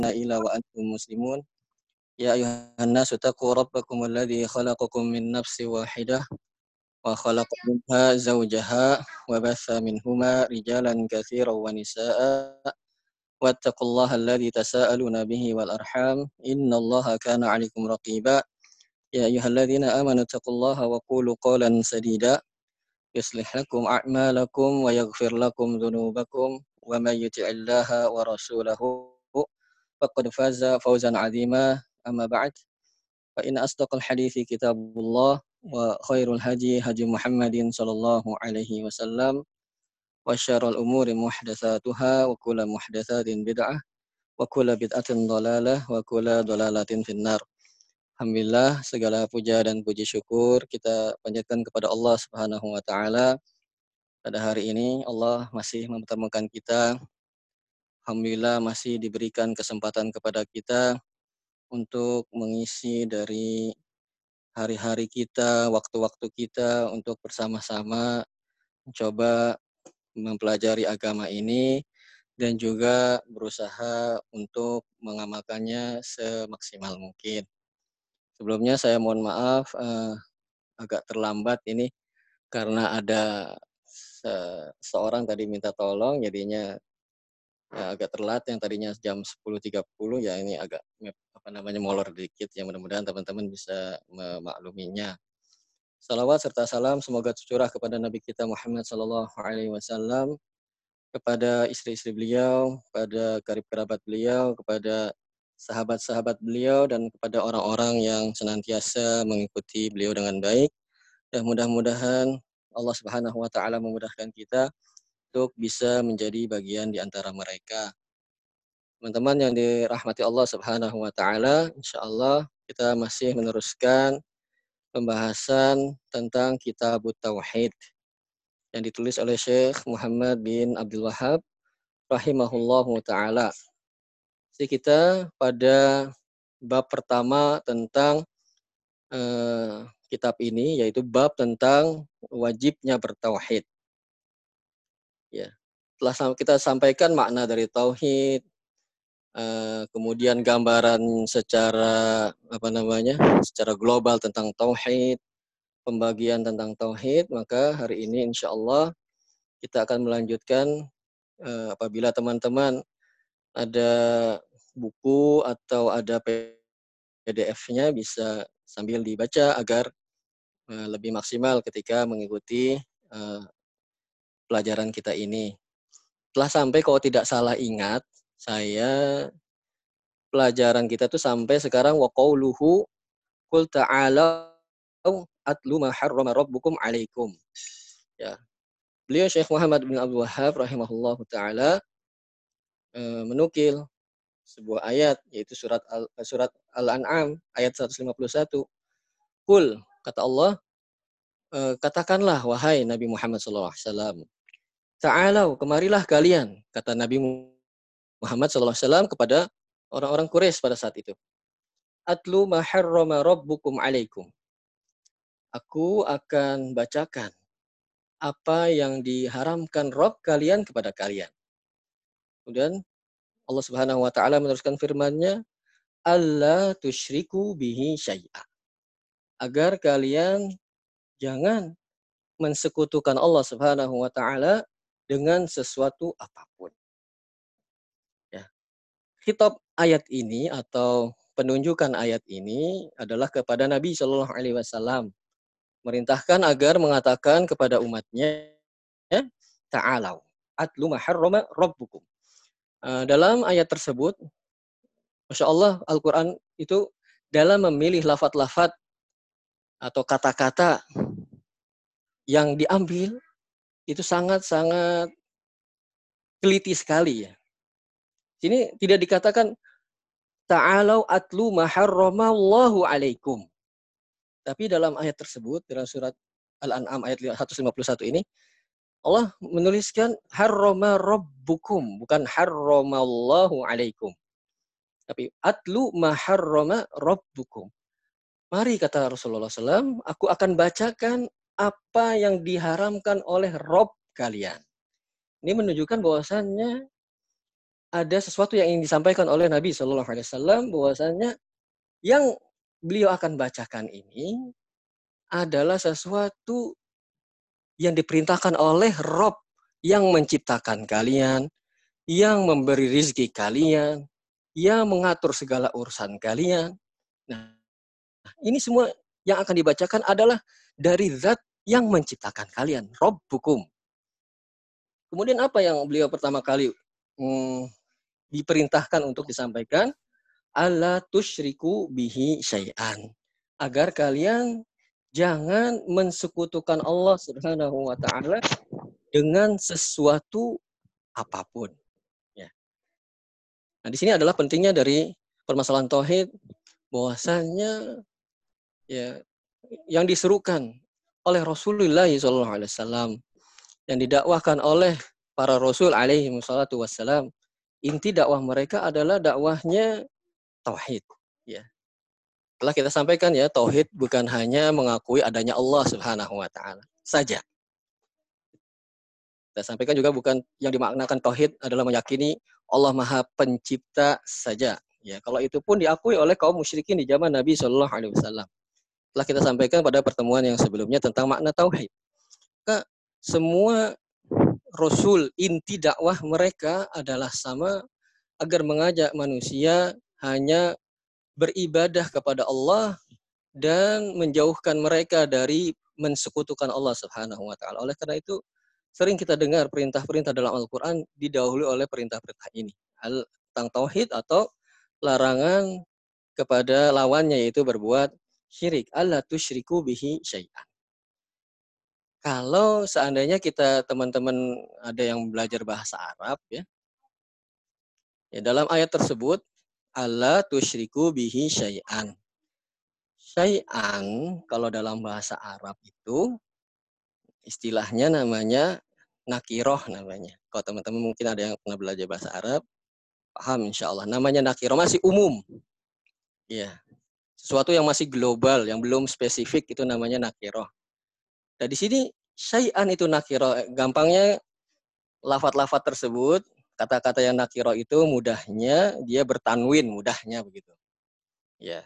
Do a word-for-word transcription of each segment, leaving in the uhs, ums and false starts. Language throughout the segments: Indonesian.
إلا وأنتم مسلمون يا أيها الناس اتقوا ربكم الذي خلقكم من نفس واحدة وخلق منها زوجها وبث منهما رجالا كثيرا ونساء واتقوا الله الذي تساءلون به والأرحام إن الله كان عليكم رقيبا يا أيها الذين آمنوا اتقوا الله وقولوا قولا سديدا يصلح لكم أعمالكم ويغفر لكم ذنوبكم ومن يطع الله ورسوله فقد فاز فوزا عظيما أما بعد فإن أصدق الحديث كتاب الله وخير الهدي هدي محمد صلى الله عليه وسلم وشر الأمور محدثاتها وكل محدثات بدعة وكل بدعة ضلالة وكل ضلالة في النار. Alhamdulillah, segala puja dan puji syukur kita panjatkan kepada Allah Subhanahu wa taala. Pada hari ini Allah masih mempertemukan kita. Alhamdulillah masih diberikan kesempatan kepada kita untuk mengisi dari hari-hari kita, waktu-waktu kita untuk bersama-sama mencoba mempelajari agama ini dan juga berusaha untuk mengamalkannya semaksimal mungkin. Sebelumnya saya mohon maaf eh, agak terlambat ini karena ada se seorang tadi minta tolong jadinya ya, agak telat, yang tadinya jam sepuluh tiga puluh ya ini agak apa namanya molor dikit ya, mudah-mudahan teman-teman bisa memakluminya. Salawat serta salam semoga tercurah kepada Nabi kita Muhammad sallallahu alaihi wasallam, kepada istri-istri beliau, kepada karib kerabat beliau, kepada sahabat-sahabat beliau dan kepada orang-orang yang senantiasa mengikuti beliau dengan baik. Dan mudah-mudahan Allah Subhanahu wa taala memudahkan kita untuk bisa menjadi bagian di antara mereka. Teman-teman yang dirahmati Allah Subhanahu wa taala, insyaallah kita masih meneruskan pembahasan tentang Kitab Tauhid yang ditulis oleh Syekh Muhammad bin Abdul Wahhab rahimahullahu taala. Jadi kita pada bab pertama tentang eh, kitab ini, yaitu bab tentang wajibnya bertauhid. Ya. Telah kita sampaikan makna dari tauhid, eh, kemudian gambaran secara apa namanya? secara global tentang tauhid, pembagian tentang tauhid, maka hari ini insyaallah kita akan melanjutkan eh, apabila teman-teman ada buku atau ada P D F-nya bisa sambil dibaca agar uh, lebih maksimal ketika mengikuti uh, pelajaran kita ini. Telah sampai kalau tidak salah ingat, saya pelajaran kita tuh sampai sekarang wa qauluhu qul ta'alau atlu ma harrama rabbukum 'alaikum. Ya. Beliau Syekh Muhammad bin Abdul Wahhab rahimahullahu taala uh, menukil sebuah ayat, yaitu surat Al, surat Al-An'am ayat seratus lima puluh satu. Qul, kata Allah, e, katakanlah wahai Nabi Muhammad sallallahu alaihi wasallam, ta'alau, kemarilah kalian, kata Nabi Muhammad sallallahu alaihi wasallam kepada orang-orang Quraisy pada saat itu. Atlu ma harrama rabbukum 'alaikum. Aku akan bacakan apa yang diharamkan Rabb kalian kepada kalian. Kemudian Allah Subhanahu wa taala meneruskan firman-Nya, alla tusyriku bihi syai'a. Agar kalian jangan mensekutukan Allah Subhanahu wa taala dengan sesuatu apapun. Ya. Khitab ayat ini atau penunjukan ayat ini adalah kepada Nabi Shallallahu alaihi wasallam, merintahkan agar mengatakan kepada umatnya, ya, ta'alau atlu ma harrama rabbukum. Uh, dalam ayat tersebut, Masya Allah, Al-Quran itu dalam memilih lafaz-lafaz atau kata-kata yang diambil itu sangat-sangat teliti sekali ya. Sini tidak dikatakan ta'alau atlu ma harramallahu alaikum. Tapi dalam ayat tersebut, dalam surat Al-An'am ayat seratus lima puluh satu ini, Allah menuliskan harrama rabbukum, bukan harramallahu alaikum. Tapi atlu ma harrama rabbukum. Mari, kata Rasulullah shallallahu alaihi wasallam, aku akan bacakan apa yang diharamkan oleh Rabb kalian. Ini menunjukkan bahwasannya ada sesuatu yang ingin disampaikan oleh Nabi Shallallahu Alaihi Wasallam bahwasanya yang beliau akan bacakan ini adalah sesuatu yang diperintahkan oleh Rob yang menciptakan kalian, yang memberi rizki kalian, yang mengatur segala urusan kalian. Nah, ini semua yang akan dibacakan adalah dari zat yang menciptakan kalian, Robbukum. Kemudian apa yang beliau pertama kali hmm, diperintahkan untuk disampaikan? Alla tusyriku bihi syai'an. Agar kalian jangan mensekutukan Allah Subhanahu wa taala dengan sesuatu apapun. Ya. Nah, di sini adalah pentingnya dari permasalahan tauhid, bahwasanya ya yang diserukan oleh Rasulullah shallallahu alaihi wasallam, yang didakwahkan oleh para rasul alaihi wassalatu wassalam, inti dakwah mereka adalah dakwahnya tauhid. Ya. Telah kita sampaikan ya, tauhid bukan hanya mengakui adanya Allah Subhanahu wa taala saja. Kita sampaikan juga bukan yang dimaknakan tauhid adalah meyakini Allah Maha Pencipta saja. Ya, kalau itu pun diakui oleh kaum musyrikin di zaman Nabi Shallallahu Alaihi Wasallam. Telah kita sampaikan pada pertemuan yang sebelumnya tentang makna tauhid. Maka semua rasul inti dakwah mereka adalah sama, agar mengajak manusia hanya beribadah kepada Allah dan menjauhkan mereka dari mensekutukan Allah Subhanahu wa taala. Oleh karena itu sering kita dengar perintah-perintah dalam Al-Qur'an didahului oleh perintah-perintah ini, hal tentang tauhid atau larangan kepada lawannya, yaitu berbuat syirik. Alla tusyriku bihi syai'an. Kalau seandainya kita teman-teman ada yang belajar bahasa Arab ya, ya dalam ayat tersebut alla tusyriku bihi syai'an. Syai'an kalau dalam bahasa Arab itu istilahnya namanya nakiroh namanya. Kalau teman-teman mungkin ada yang pernah belajar bahasa Arab, paham insya Allah. Namanya nakiroh, masih umum. Ya, sesuatu yang masih global, yang belum spesifik itu namanya nakiroh. Nah di sini syai'an itu nakiroh. Gampangnya lafat-lafat tersebut, kata-kata yang nakiroh itu mudahnya dia bertanwin, mudahnya begitu. Ya.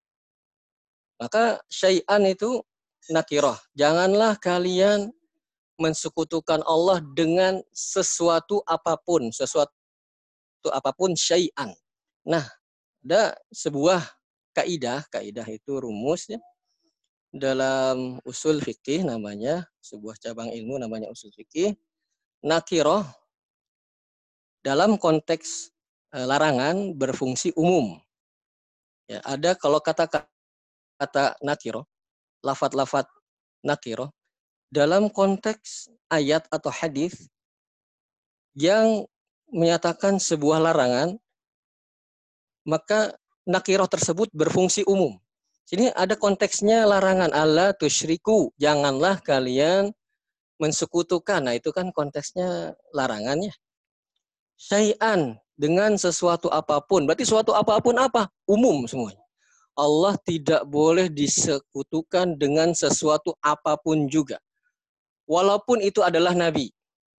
Maka syai'an itu nakiroh. Janganlah kalian mensekutukan Allah dengan sesuatu apapun, sesuatu apapun syai'an. Nah, ada sebuah kaidah, kaidah itu rumus ya, dalam usul fikih namanya, sebuah cabang ilmu namanya usul fikih. Nakiroh dalam konteks e, larangan berfungsi umum. Ya, ada kalau kata-kata nakiroh, lafat-lafat nakiroh dalam konteks ayat atau hadis yang menyatakan sebuah larangan, maka nakiroh tersebut berfungsi umum. Sini ada konteksnya larangan, alla tusyriku, janganlah kalian mensekutukan. Nah itu kan konteksnya larangannya. Syai'an, dengan sesuatu apapun. Berarti suatu apapun apa? Umum semuanya. Allah tidak boleh disekutukan dengan sesuatu apapun juga. Walaupun itu adalah nabi.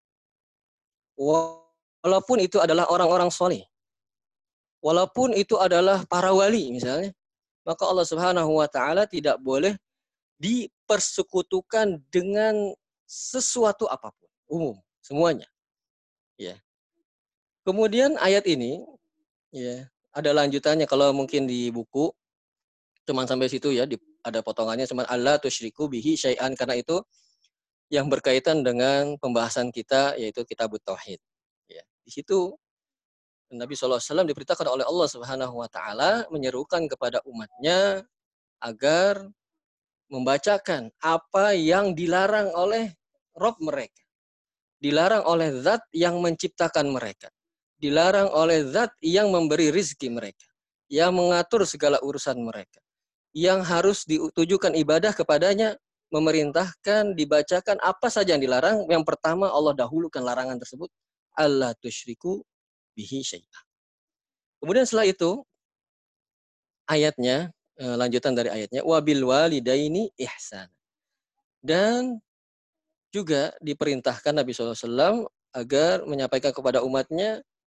Walaupun itu adalah orang-orang soleh. Walaupun itu adalah para wali misalnya. Maka Allah Subhanahu wa taala tidak boleh dipersekutukan dengan sesuatu apapun, umum semuanya. Ya. Kemudian ayat ini ya, ada lanjutannya kalau mungkin di buku cuman sampai situ ya, di, ada potongannya cuman alla tusyriku bihi syai'an, karena itu yang berkaitan dengan pembahasan kita yaitu kitabut tauhid. Ya. Di situ Nabi shallallahu alaihi wasallam diperintahkan oleh Allah Subhanahu wa taala menyerukan kepada umatnya agar membacakan apa yang dilarang oleh Rob mereka. Dilarang oleh zat yang menciptakan mereka. Dilarang oleh zat yang memberi rizki mereka. Yang mengatur segala urusan mereka. Yang harus ditujukan ibadah kepadanya, memerintahkan, dibacakan apa saja yang dilarang. Yang pertama Allah dahulukan larangan tersebut. Alla tusyriku bihi syai'ah. Kemudian setelah itu, ayatnya, lanjutan dari ayatnya, wabil walidaini ihsan. Dan juga diperintahkan Nabi shallallahu alaihi wasallam agar menyampaikan kepada umatnya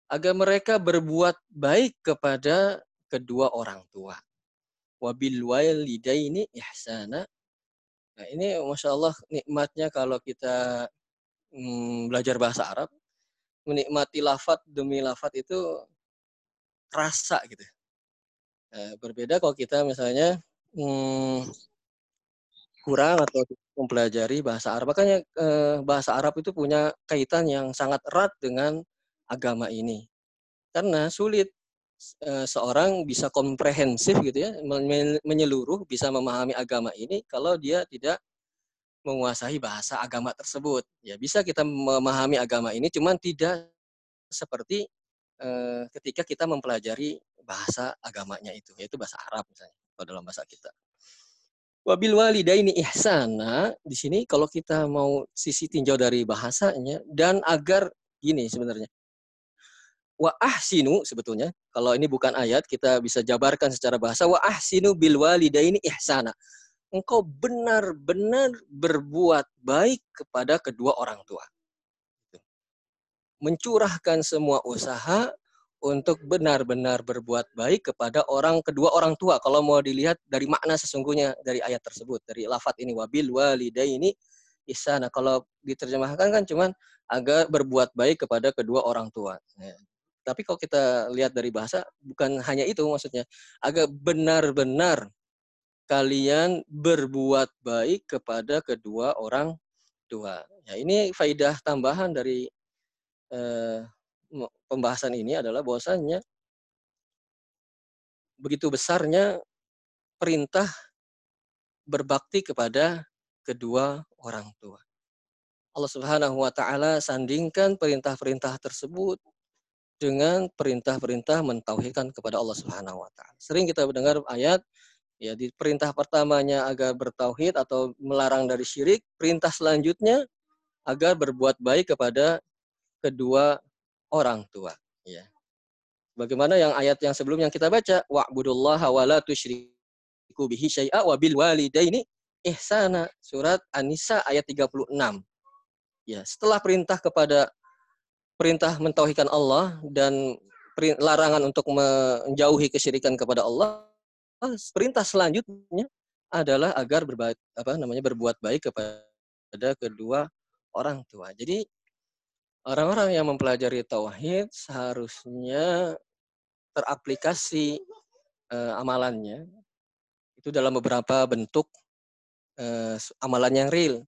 agar mereka berbuat baik kepada kedua orang tua. Wabil walidaini ihsana. Nah, ini Masya Allah nikmatnya kalau kita hmm, belajar bahasa Arab, menikmati lafadz demi lafadz itu terasa gitu. Nah, berbeda kalau kita misalnya hmm, kurang atau mempelajari bahasa Arab. Makanya eh, bahasa Arab itu punya kaitan yang sangat erat dengan agama ini. Karena sulit eh, seorang bisa komprehensif gitu ya, menyeluruh, bisa memahami agama ini kalau dia tidak menguasai bahasa agama tersebut. Ya bisa kita memahami agama ini, cuman tidak seperti eh, ketika kita mempelajari bahasa agamanya itu, yaitu bahasa Arab misalnya, kalau dalam bahasa kita. Wabil walidaini ihsana, di sini kalau kita mau sisi tinjau dari bahasanya, dan agar gini sebenarnya. Wa ahsinu sebetulnya, kalau ini bukan ayat, kita bisa jabarkan secara bahasa, wa ahsinu bil walidaini ihsana. Engkau benar-benar berbuat baik kepada kedua orang tua. Mencurahkan semua usaha untuk benar-benar berbuat baik kepada orang kedua orang tua. Kalau mau dilihat dari makna sesungguhnya dari ayat tersebut, dari lafadz ini wabil walidaini ihsana. Kalau diterjemahkan kan cuman agar berbuat baik kepada kedua orang tua. Ya. Tapi kalau kita lihat dari bahasa bukan hanya itu maksudnya, agar benar-benar kalian berbuat baik kepada kedua orang tua. Ya, ini faidah tambahan dari eh, pembahasan ini adalah bahwasannya begitu besarnya perintah berbakti kepada kedua orang tua. Allah Subhanahu wa taala sandingkan perintah-perintah tersebut dengan perintah-perintah mentauhidkan kepada Allah Subhanahu wa taala. Sering kita mendengar ayat ya di perintah pertamanya agar bertauhid atau melarang dari syirik, perintah selanjutnya agar berbuat baik kepada kedua orang tua, ya. Bagaimana yang ayat yang sebelum yang kita baca, wa'budullaha wa la tusyriku bihi syai'a wa bil walidaini ihsana, surat An-Nisa ayat tiga puluh enam. Ya, setelah perintah kepada perintah mentauhidkan Allah dan larangan untuk menjauhi kesyirikan kepada Allah, perintah selanjutnya adalah agar berbuat apa namanya berbuat baik kepada kedua orang tua. Jadi orang-orang yang mempelajari tauhid seharusnya teraplikasi eh, amalannya itu dalam beberapa bentuk eh, amalan yang real.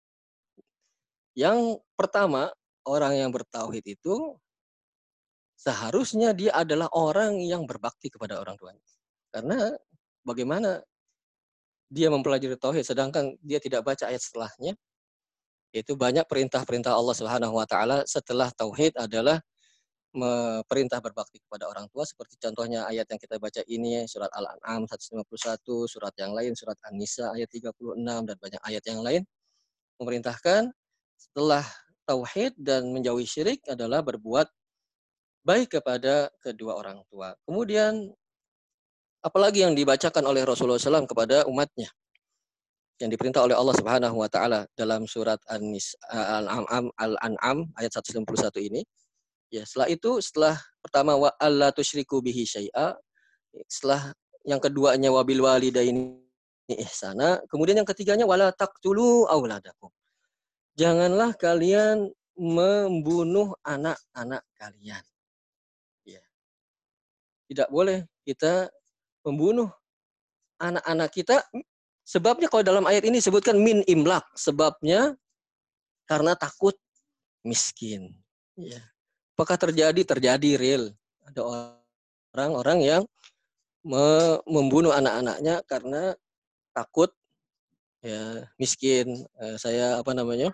Yang pertama, orang yang bertauhid itu seharusnya dia adalah orang yang berbakti kepada orang tuanya. Karena bagaimana dia mempelajari tauhid sedangkan dia tidak baca ayat setelahnya, itu banyak perintah-perintah Allah Subhanahu wa taala setelah tauhid adalah perintah berbakti kepada orang tua, seperti contohnya ayat yang kita baca ini surat Al-An'am seratus lima puluh satu, surat yang lain surat An-Nisa ayat tiga puluh enam dan banyak ayat yang lain memerintahkan setelah tauhid dan menjauhi syirik adalah berbuat baik kepada kedua orang tua. Kemudian apalagi yang dibacakan oleh Rasulullah shallallahu alaihi wasallam kepada umatnya yang diperintah oleh Allah Subhanahu wa taala dalam surat Al-An'am Al-An'am ayat seratus lima puluh satu ini. Ya, setelah itu setelah pertama wa alla tusyriku bihi syai'a, setelah yang keduanya wabil walidaini ihsana, kemudian yang ketiganya wala taqtulu auladakum. Janganlah kalian membunuh anak-anak kalian. Ya. Tidak boleh kita membunuh anak-anak kita. Sebabnya kalau dalam ayat ini disebutkan min imlak, sebabnya karena takut miskin. Ya. Apakah terjadi? Terjadi real. Ada orang-orang yang membunuh anak-anaknya karena takut ya miskin. Saya apa namanya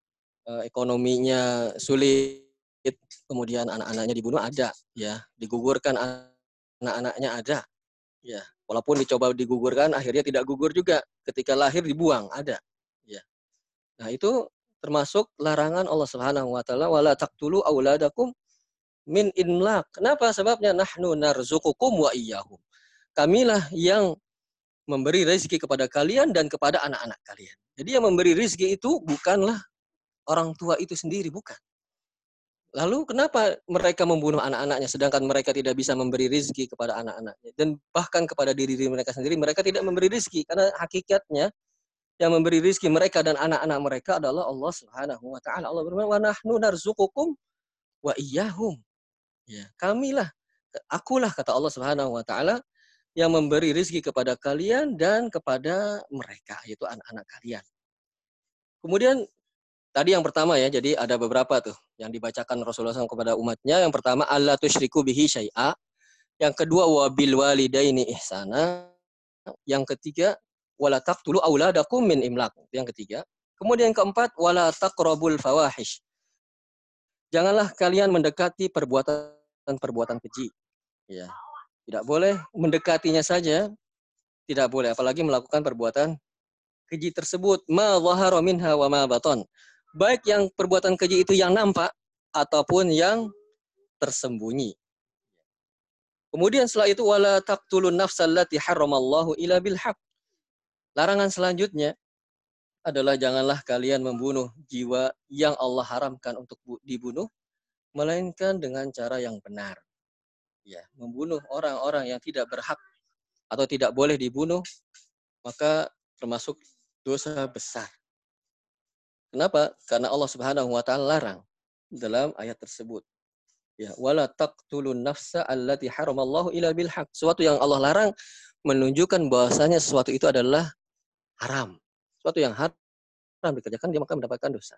ekonominya sulit, kemudian anak-anaknya dibunuh ada, ya digugurkan anak-anaknya ada, ya walaupun dicoba digugurkan akhirnya tidak gugur juga, ketika lahir dibuang ada, ya. Nah itu termasuk larangan Allah Subhanahu Wa Taala wala taqtulu auladakum min imlaq. Kenapa? Sebabnya nahnu narzuqukum wa iyyahum. Kamilah yang memberi rezeki kepada kalian dan kepada anak-anak kalian. Jadi yang memberi rezeki itu bukanlah orang tua itu sendiri, bukan. Lalu kenapa mereka membunuh anak-anaknya sedangkan mereka tidak bisa memberi rizki kepada anak-anaknya dan bahkan kepada diri diri mereka sendiri mereka tidak memberi rizki karena hakikatnya yang memberi rizki mereka dan anak-anak mereka adalah Allah Subhanahu wa taala. Allah berfirman, "Wa nahnu narzuqukum wa iyyahum." Ya, kamilah, akulah kata Allah Subhanahu wa taala yang memberi rizki kepada kalian dan kepada mereka yaitu anak-anak kalian. Kemudian tadi yang pertama ya, jadi ada beberapa tuh yang dibacakan Rasulullah shallallahu alaihi wasallam kepada umatnya. Yang pertama, alla tusyriku bihi syai'a. Yang kedua, wa bil walidaini ihsana. Yang ketiga, wala taqtulu auladakum min imlaq. Yang ketiga. Kemudian yang keempat, wala taqrabul fawahish. Janganlah kalian mendekati perbuatan-perbuatan keji. Ya. Tidak boleh mendekatinya saja, tidak boleh apalagi melakukan perbuatan keji tersebut. Ma dhahara minha wa ma batan. Baik yang perbuatan keji itu yang nampak ataupun yang tersembunyi. Kemudian setelah itu wala taqtulun nafsal lati harramallahu illa bil haqq. Larangan selanjutnya adalah janganlah kalian membunuh jiwa yang Allah haramkan untuk dibunuh melainkan dengan cara yang benar. Ya, membunuh orang-orang yang tidak berhak atau tidak boleh dibunuh maka termasuk dosa besar. Kenapa? Karena Allah Subhanahu wa taala larang dalam ayat tersebut. Ya, wala taqtulun nafsa allati haramallahu illa bil haq. Sesuatu yang Allah larang menunjukkan bahwasanya sesuatu itu adalah haram. Sesuatu yang haram dikerjakan dia maka mendapatkan dosa.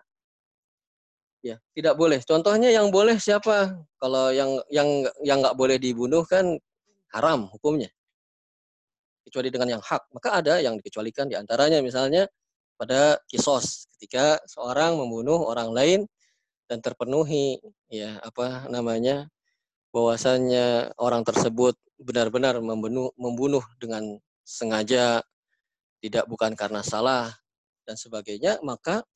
Ya, tidak boleh. Contohnya yang boleh siapa? Kalau yang yang yang enggak boleh dibunuh kan haram hukumnya. Kecuali dengan yang hak. Maka ada yang dikecualikan di antaranya misalnya pada kisos ketika seorang membunuh orang lain dan terpenuhi ya apa namanya bahwasannya orang tersebut benar-benar membunuh membunuh dengan sengaja tidak bukan karena salah dan sebagainya maka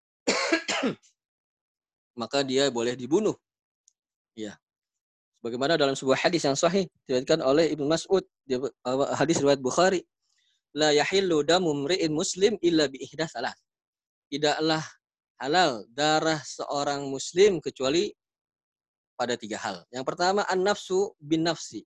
maka dia boleh dibunuh ya sebagaimana dalam sebuah hadis yang sahih diriwayatkan oleh Ibnu Mas'ud hadis riwayat Bukhari la yahillu damu mri'in muslim illa bi ihda salah tidaklah halal darah seorang muslim kecuali pada tiga hal. Yang pertama, an-nafsu bin nafsi.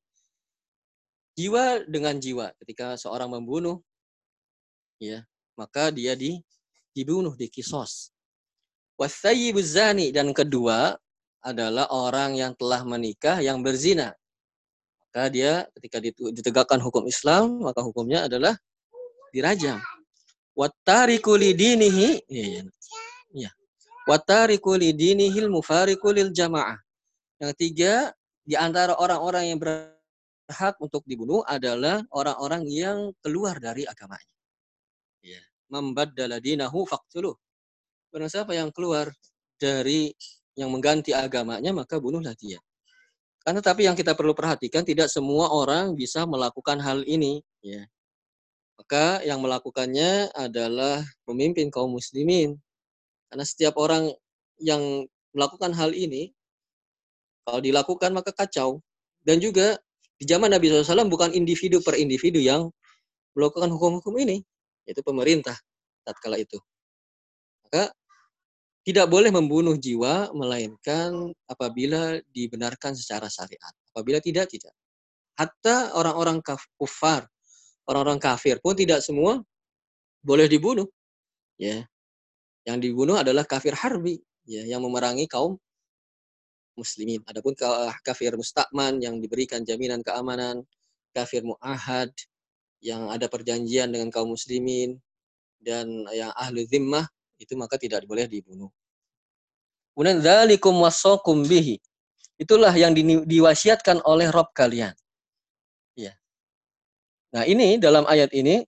Jiwa dengan jiwa. Ketika seorang membunuh, ya, maka dia di, dibunuh, dikisos. Wasayyibuz zani. Dan kedua adalah orang yang telah menikah, yang berzina. Maka dia ketika ditegakkan hukum Islam, maka hukumnya adalah dirajam. Wattariku lidinihi. Ya, ya. Wattariku lidinihil mufariku lil jamaah. Yang tiga, di antara orang-orang yang berhak untuk dibunuh adalah orang-orang yang keluar dari agamanya. Ya. Membaddala dinahu faqtuluh. Barang siapa yang keluar dari yang mengganti agamanya, maka bunuhlah dia. Karena tapi yang kita perlu perhatikan, tidak semua orang bisa melakukan hal ini. Ya. Maka yang melakukannya adalah pemimpin kaum muslimin. Karena setiap orang yang melakukan hal ini, kalau dilakukan maka kacau. Dan juga di zaman Nabi shallallahu alaihi wasallam bukan individu per individu yang melakukan hukum-hukum ini. Yaitu pemerintah tatkala itu. Maka tidak boleh membunuh jiwa melainkan apabila dibenarkan secara syariat. Apabila tidak, tidak. Hatta orang-orang kafir, orang-orang kafir pun tidak semua boleh dibunuh. Ya. Yang dibunuh adalah kafir harbi, ya, yang memerangi kaum muslimin. Adapun kafir mustakman yang diberikan jaminan keamanan, kafir mu'ahad yang ada perjanjian dengan kaum muslimin dan yang ahli zimmah itu maka tidak boleh dibunuh. Kemudian dzalikum wasaqum bihi. Itulah yang di, diwasiatkan oleh Rabb kalian. Ya. Nah, ini dalam ayat ini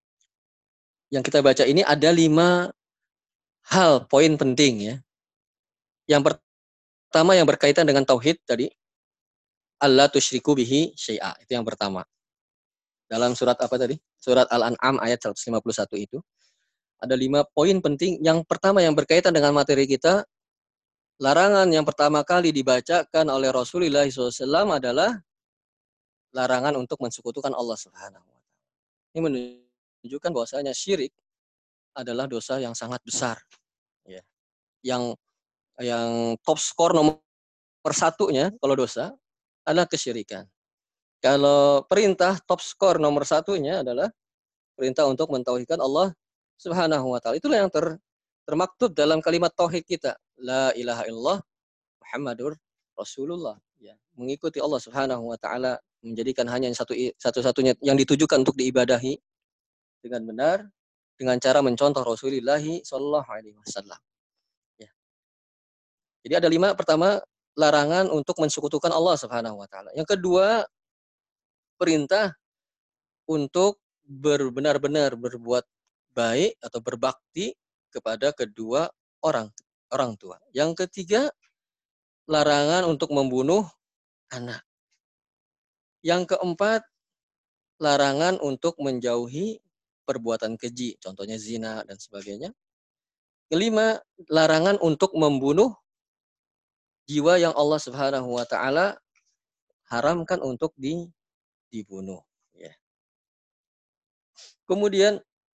yang kita baca ini ada lima hal poin penting ya. Yang pertama yang berkaitan dengan tauhid tadi, alla tusyriku bihi syai'a. Itu yang pertama. Dalam surat apa tadi? Surat Al-An'am ayat seratus lima puluh satu itu. Ada lima poin penting. Yang pertama yang berkaitan dengan materi kita, larangan yang pertama kali dibacakan oleh Rasulullah shallallahu alaihi wasallam adalah larangan untuk mensekutukan Allah Subhanahu wa taala. Ini menunjukkan bahwasanya syirik adalah dosa yang sangat besar. Ya. Yang yang top skor nomor persatunya kalau dosa adalah kesyirikan. Kalau perintah top skor nomor satunya adalah perintah untuk mentauhidkan Allah Subhanahu wa taala. Itulah yang ter, termaktub dalam kalimat tauhid kita. La ilaha illallah Muhammadur Rasulullah. Ya, mengikuti Allah Subhanahu wa taala, menjadikan hanya satu satu-satunya yang ditujukan untuk diibadahi dengan benar dengan cara mencontoh Rasulullah sallallahu alaihi wasallam. Ya. Jadi ada lima. Pertama, larangan untuk mensekutukan Allah Subhanahu wa taala. Yang kedua, perintah untuk benar-benar berbuat baik atau berbakti kepada kedua orang orang tua. Yang ketiga, larangan untuk membunuh anak. Yang keempat, larangan untuk menjauhi perbuatan keji, contohnya zina dan sebagainya. Kelima, larangan untuk membunuh jiwa yang Allah Subhanahu wa taala haramkan untuk di, dibunuh. Ya. Kemudian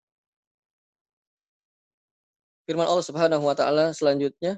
firman Allah Subhanahu wa taala selanjutnya,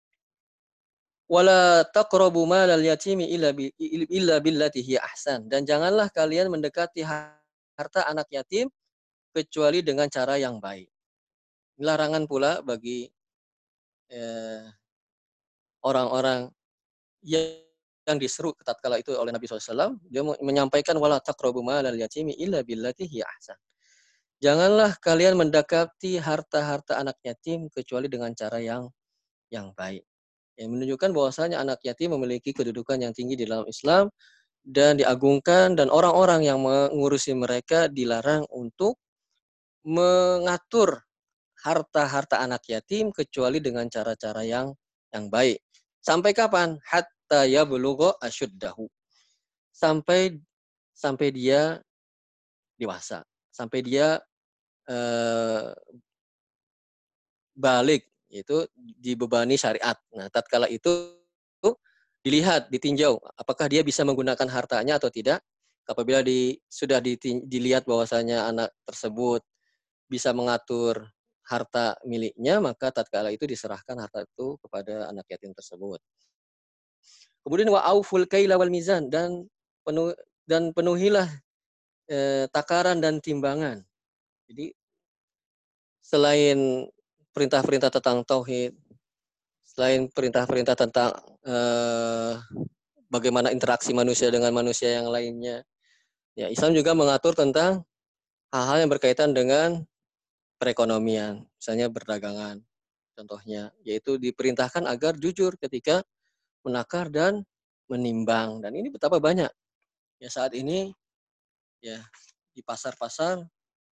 wala taqrabu malal yatimi illa bi illa billati hiya ahsan, dan janganlah kalian mendekati harta anak yatim kecuali dengan cara yang baik. Larangan pula bagi eh, orang-orang yang yang diseru tatkala itu oleh Nabi shallallahu alaihi wasallam, dia menyampaikan wala taqrabu malal yatimi illa billati hiya ahsan. Janganlah kalian mendekati harta-harta anak yatim kecuali dengan cara yang yang baik. Yang menunjukkan bahwasanya anak yatim memiliki kedudukan yang tinggi di dalam Islam dan diagungkan, dan orang-orang yang mengurusi mereka dilarang untuk mengatur harta-harta anak yatim kecuali dengan cara-cara yang yang baik. Sampai kapan? Hatta yablugha asyuddahu. Sampai sampai dia dewasa, sampai dia eh, balik, yaitu dibebani syariat. Nah, tatkala itu dilihat, ditinjau apakah dia bisa menggunakan hartanya atau tidak. Apabila di, sudah di, dilihat bahwasanya anak tersebut bisa mengatur harta miliknya, maka tatkala itu diserahkan harta itu kepada anak yatim tersebut. Kemudian wa auful kaila wal mizan, dan penuh dan penuhilah eh, takaran dan timbangan. Jadi selain perintah-perintah tentang tauhid, selain perintah-perintah tentang eh, bagaimana interaksi manusia dengan manusia yang lainnya, ya Islam juga mengatur tentang hal-hal yang berkaitan dengan perekonomian, misalnya perdagangan. Contohnya, yaitu diperintahkan agar jujur ketika menakar dan menimbang. Dan ini betapa banyak ya saat ini ya di pasar-pasar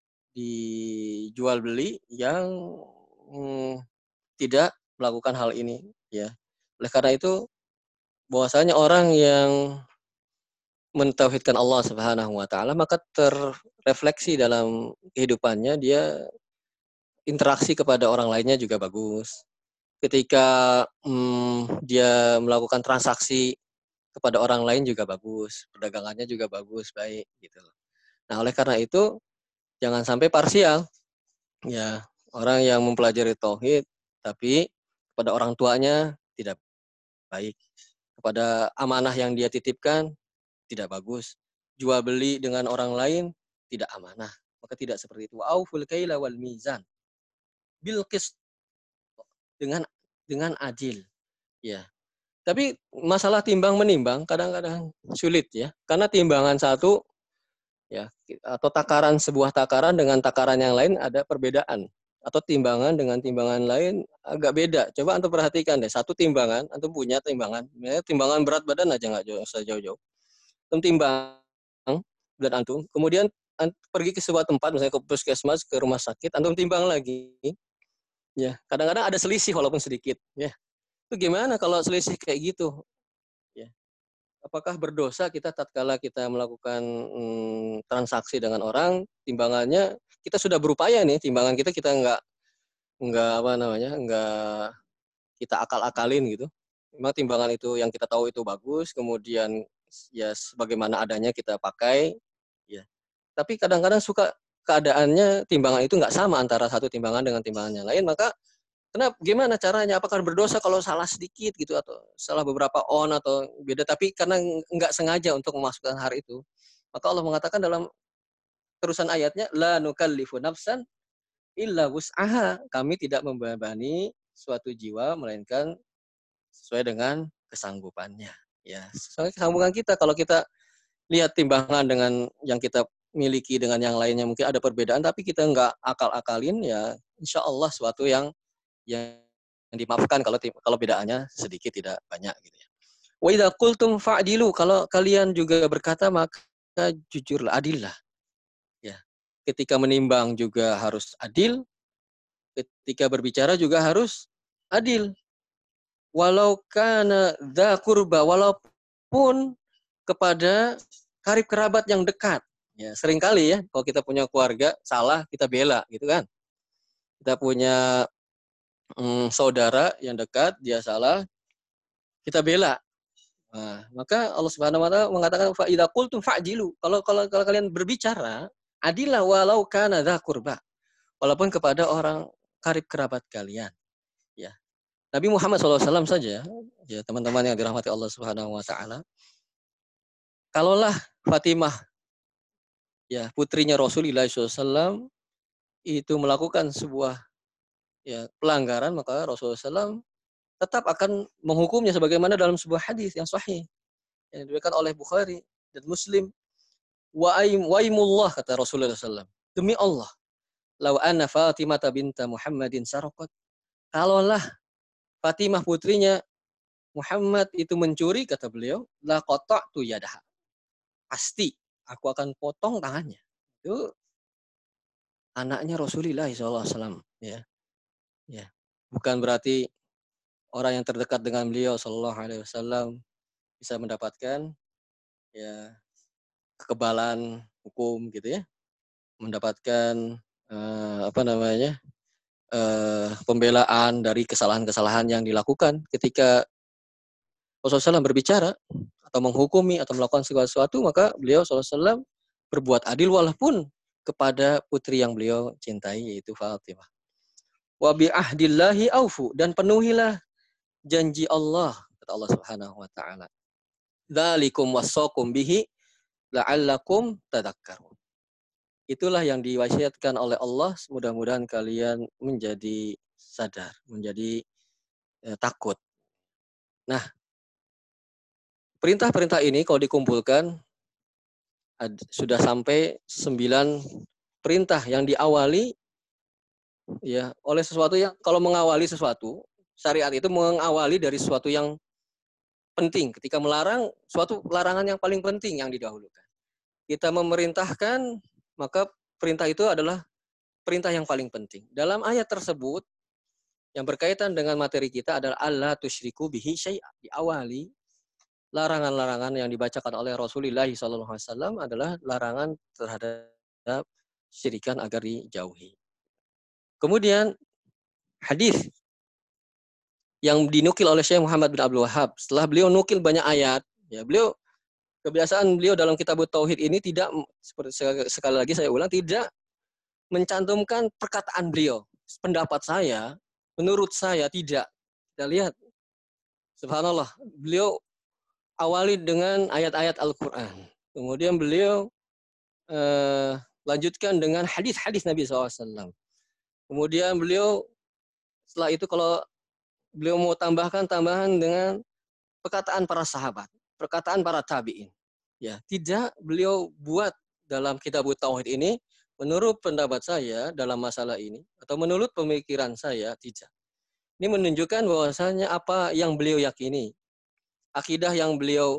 dijual beli yang hmm, tidak melakukan hal ini ya. Oleh karena itu bahwasanya orang yang mentauhidkan Allah Subhanahu wa taala maka terrefleksi dalam kehidupannya, dia interaksi kepada orang lainnya juga bagus. Ketika hmm, dia melakukan transaksi kepada orang lain juga bagus, perdagangannya juga bagus, baik gitu. Nah, oleh karena itu jangan sampai parsial. Ya, orang yang mempelajari tauhid tapi kepada orang tuanya tidak baik. Kepada amanah yang dia titipkan tidak bagus. Jual beli dengan orang lain tidak amanah. Maka tidak seperti itu. Auful kaila wal mizan bil qist, dengan dengan adil. Ya. Tapi masalah timbang menimbang kadang-kadang sulit ya. Karena timbangan satu ya atau takaran sebuah takaran dengan takaran yang lain ada perbedaan, atau timbangan dengan timbangan lain agak beda. Coba antum perhatikan deh, satu timbangan, antum punya timbangan, timbangan berat badan aja nggak jauh, usah jauh-jauh. Antum timbang berat antum, kemudian antum pergi ke sebuah tempat, misalnya ke puskesmas, ke rumah sakit, antum timbang lagi. Ya, kadang-kadang ada selisih walaupun sedikit. Ya, itu gimana kalau selisih kayak gitu? Ya, apakah berdosa kita tatkala kita melakukan hmm, transaksi dengan orang, timbangannya kita sudah berupaya nih, timbangan kita kita nggak nggak apa namanya nggak kita akal-akalin gitu. Memang timbangan itu yang kita tahu itu bagus, kemudian ya sebagaimana adanya kita pakai, ya. Tapi kadang-kadang suka keadaannya timbangan itu nggak sama antara satu timbangan dengan timbangan yang lain, maka Kenapa? Gimana caranya? Apakah berdosa kalau salah sedikit gitu atau salah beberapa on atau beda? Tapi karena nggak sengaja untuk memasukkan har itu, maka Allah mengatakan dalam terusan ayatnya, la nukallifu nafsan illa wus'aha. Kami tidak membebani suatu jiwa melainkan sesuai dengan kesanggupannya. Ya, sesuai kesanggupan kita. Kalau kita lihat timbangan dengan yang kita miliki dengan yang lainnya mungkin ada perbedaan, tapi kita nggak akal-akalin, ya insya Allah suatu yang yang dimaafkan kalau kalau bedaannya sedikit tidak banyak gitu ya. Wa idza qultum fa'dilu, kalau kalian juga berkata maka jujurlah, adillah. Ya. Ketika menimbang juga harus adil, ketika berbicara juga harus adil. Walau kana dza qurba, walaupun kepada karib kerabat yang dekat. Ya, seringkali ya kalau kita punya keluarga salah kita bela gitu kan. Kita punya Hmm, saudara yang dekat dia salah, kita bela. Nah, maka Allah Subhanahu wa taala mengatakan fa idza qultum fa'jilu. Kalau kalau kalau kalian berbicara, adillah walau kana dza qurba. Walaupun kepada orang karib kerabat kalian, ya. Nabi Muhammad shallallahu alaihi wasallam saja, ya teman-teman yang dirahmati Allah Subhanahu wa taala. Kalaulah Fatimah, ya putrinya Rasulullah shallallahu alaihi wasallam itu melakukan sebuah ya pelanggaran, maka Rasulullah shallallahu alaihi wasallam tetap akan menghukumnya sebagaimana dalam sebuah hadis yang sahih yang diriwayatkan oleh Bukhari dan Muslim. Wa aim waimullah, kata Rasulullah shallallahu alaihi wasallam, demi Allah, lau anna Fatimah binta Muhammadin sarqat, kalaulah Fatimah putrinya Muhammad itu mencuri, kata beliau, la qata'tu yadaha, pasti aku akan potong tangannya. Itu anaknya Rasulullah shallallahu alaihi wasallam, ya. Ya. Bukan berarti orang yang terdekat dengan beliau sallallahu alaihi wasallam bisa mendapatkan ya kekebalan hukum gitu ya, mendapatkan eh, apa namanya eh, pembelaan dari kesalahan-kesalahan yang dilakukan ketika Rasulullah shallallahu alaihi wasallam berbicara atau menghukumi atau melakukan segala sesuatu, maka beliau shallallahu alaihi wasallam berbuat adil walaupun kepada putri yang beliau cintai yaitu Fatimah. Wa bi ahdillahi aufu, dan penuhilah janji Allah, kata Allah Subhanahu wa taala. Dzalikum wassaqum bihi la'allakum tadakkarun. Itulah yang diwasiatkan oleh Allah, mudah-mudahan kalian menjadi sadar, menjadi eh, takut. Nah, perintah-perintah ini kalau dikumpulkan ad, sudah sampai sembilan perintah yang diawali ya oleh sesuatu yang, kalau mengawali sesuatu, syariat itu mengawali dari sesuatu yang penting. Ketika melarang suatu larangan yang paling penting yang didahulukan. Kita memerintahkan, maka perintah itu adalah perintah yang paling penting. Dalam ayat tersebut yang berkaitan dengan materi kita adalah alla tusyriku bihi syai'a. Diawali larangan-larangan yang dibacakan oleh Rasulullah shallallahu alaihi wasallam adalah larangan terhadap syirikan agar dijauhi. Kemudian hadis yang dinukil oleh Syekh Muhammad bin Abdul Wahhab, setelah beliau nukil banyak ayat, ya beliau kebiasaan beliau dalam kitab Tauhid ini tidak, seperti sekali lagi saya ulang, tidak mencantumkan perkataan beliau. Pendapat saya, menurut saya tidak. Kita lihat, subhanallah, beliau awali dengan ayat-ayat Al-Quran. Kemudian beliau eh, lanjutkan dengan hadis-hadis Nabi shallallahu alaihi wasallam. Kemudian beliau setelah itu kalau beliau mau tambahkan, tambahan dengan perkataan para sahabat, perkataan para tabi'in. Ya, tidak beliau buat dalam kitab Tauhid ini, menurut pendapat saya dalam masalah ini, atau menurut pemikiran saya, tidak. Ini menunjukkan bahwasanya apa yang beliau yakini, akidah yang beliau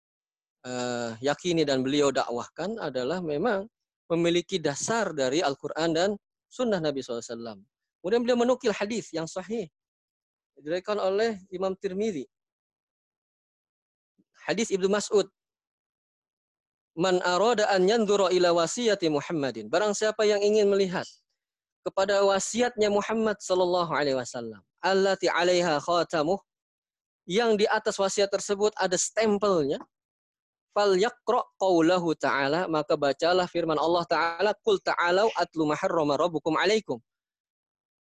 uh, yakini dan beliau dakwahkan adalah memang memiliki dasar dari Al-Quran dan Sunnah Nabi shallallahu alaihi wasallam. Kemudian beliau menukil hadis yang sahih diriwayatkan oleh Imam Tirmidzi. Hadis Ibnu Mas'ud. Man arada an yanzura ila wasiyati Muhammadin. Barang siapa yang ingin melihat kepada wasiatnya Muhammad sallallahu alaihi wasallam, allati 'alaiha khatamuh, yang di atas wasiat tersebut ada stempelnya, fal yaqra qaulahu ta'ala, maka bacalah firman Allah Ta'ala, qul ta'alau atlu ma harrama rabbukum 'alaikum.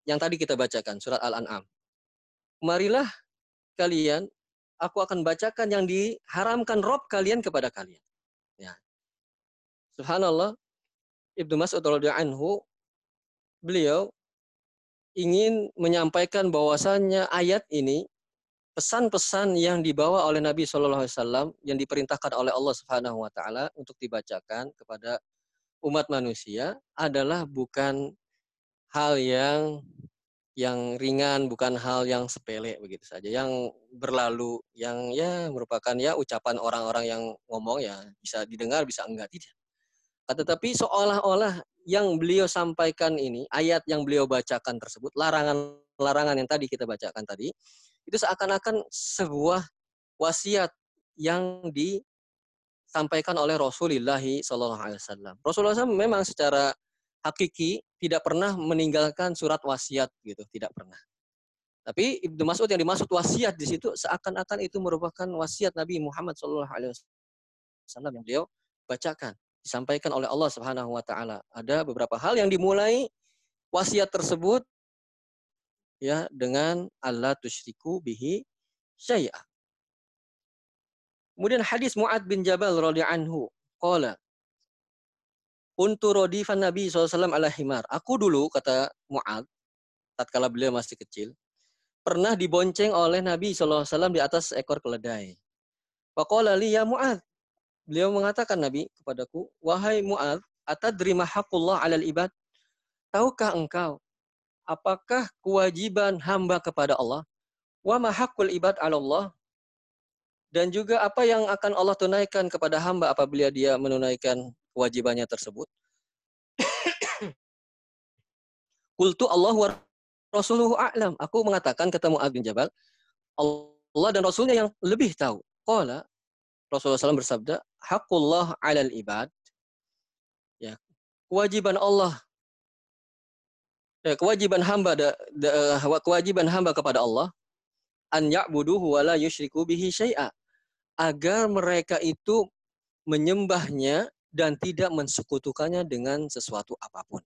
yang tadi kita bacakan, surat Al-An'am. Marilah kalian, aku akan bacakan yang diharamkan Rob kalian kepada kalian. Ya. Subhanallah, Ibnu Mas'ud radhiyallahu anhu, beliau ingin menyampaikan bahwasannya ayat ini, pesan-pesan yang dibawa oleh Nabi shallallahu alaihi wasallam yang diperintahkan oleh Allah Subhanahu wa taala untuk dibacakan kepada umat manusia adalah bukan hal yang yang ringan, bukan hal yang sepele begitu saja, yang berlalu, yang ya merupakan ya ucapan orang-orang yang ngomong ya bisa didengar, bisa enggak, tidak. Tetapi seolah-olah yang beliau sampaikan ini, ayat yang beliau bacakan tersebut, larangan-larangan yang tadi kita bacakan tadi, itu seakan-akan sebuah wasiat yang disampaikan oleh Rasulullah shallallahu alaihi wasallam. Rasulullah shallallahu alaihi wasallam memang secara hakiki tidak pernah meninggalkan surat wasiat gitu, tidak pernah. Tapi Ibnu Mas'ud yang dimaksud wasiat di situ seakan-akan itu merupakan wasiat Nabi Muhammad shallallahu alaihi wasallam yang beliau bacakan, disampaikan oleh Allah Subhanahu wa taala. Ada beberapa hal yang dimulai wasiat tersebut ya dengan alla tusyriku bihi syai'a. Kemudian hadis Mu'ad bin Jabal radhiyallahu anhu, qala kuntu radifan Nabi shallallahu alaihi wasallam ala himar. Aku dulu, kata Mu'ad, tatkala beliau masih kecil, pernah dibonceng oleh Nabi shallallahu alaihi wasallam di atas ekor keledai. Faqala li ya Mu'ad, beliau mengatakan Nabi kepadaku, wahai Mu'ad, atadri ma haqqullah 'alal ibad? Tahukah engkau apakah kewajiban hamba kepada Allah? Wa ma haqqul ibad 'ala Allah? Dan juga apa yang akan Allah tunaikan kepada hamba apabila dia menunaikan kewajibannya tersebut? Qultu Allah wa rasuluhu a'lam. Aku mengatakan, kata Mu'ad bin Jabal, Allah dan Rasulnya yang lebih tahu. Qala, Rasulullah shallallahu alaihi wasallam bersabda, haqqullah 'alal ibad. Ya, kewajiban Allah, ya, kewajiban hamba da, da, kewajiban hamba kepada Allah, an ya'buduhu wa la yusyriku bihi syai'a, agar mereka itu menyembahnya dan tidak mensekutukannya dengan sesuatu apapun.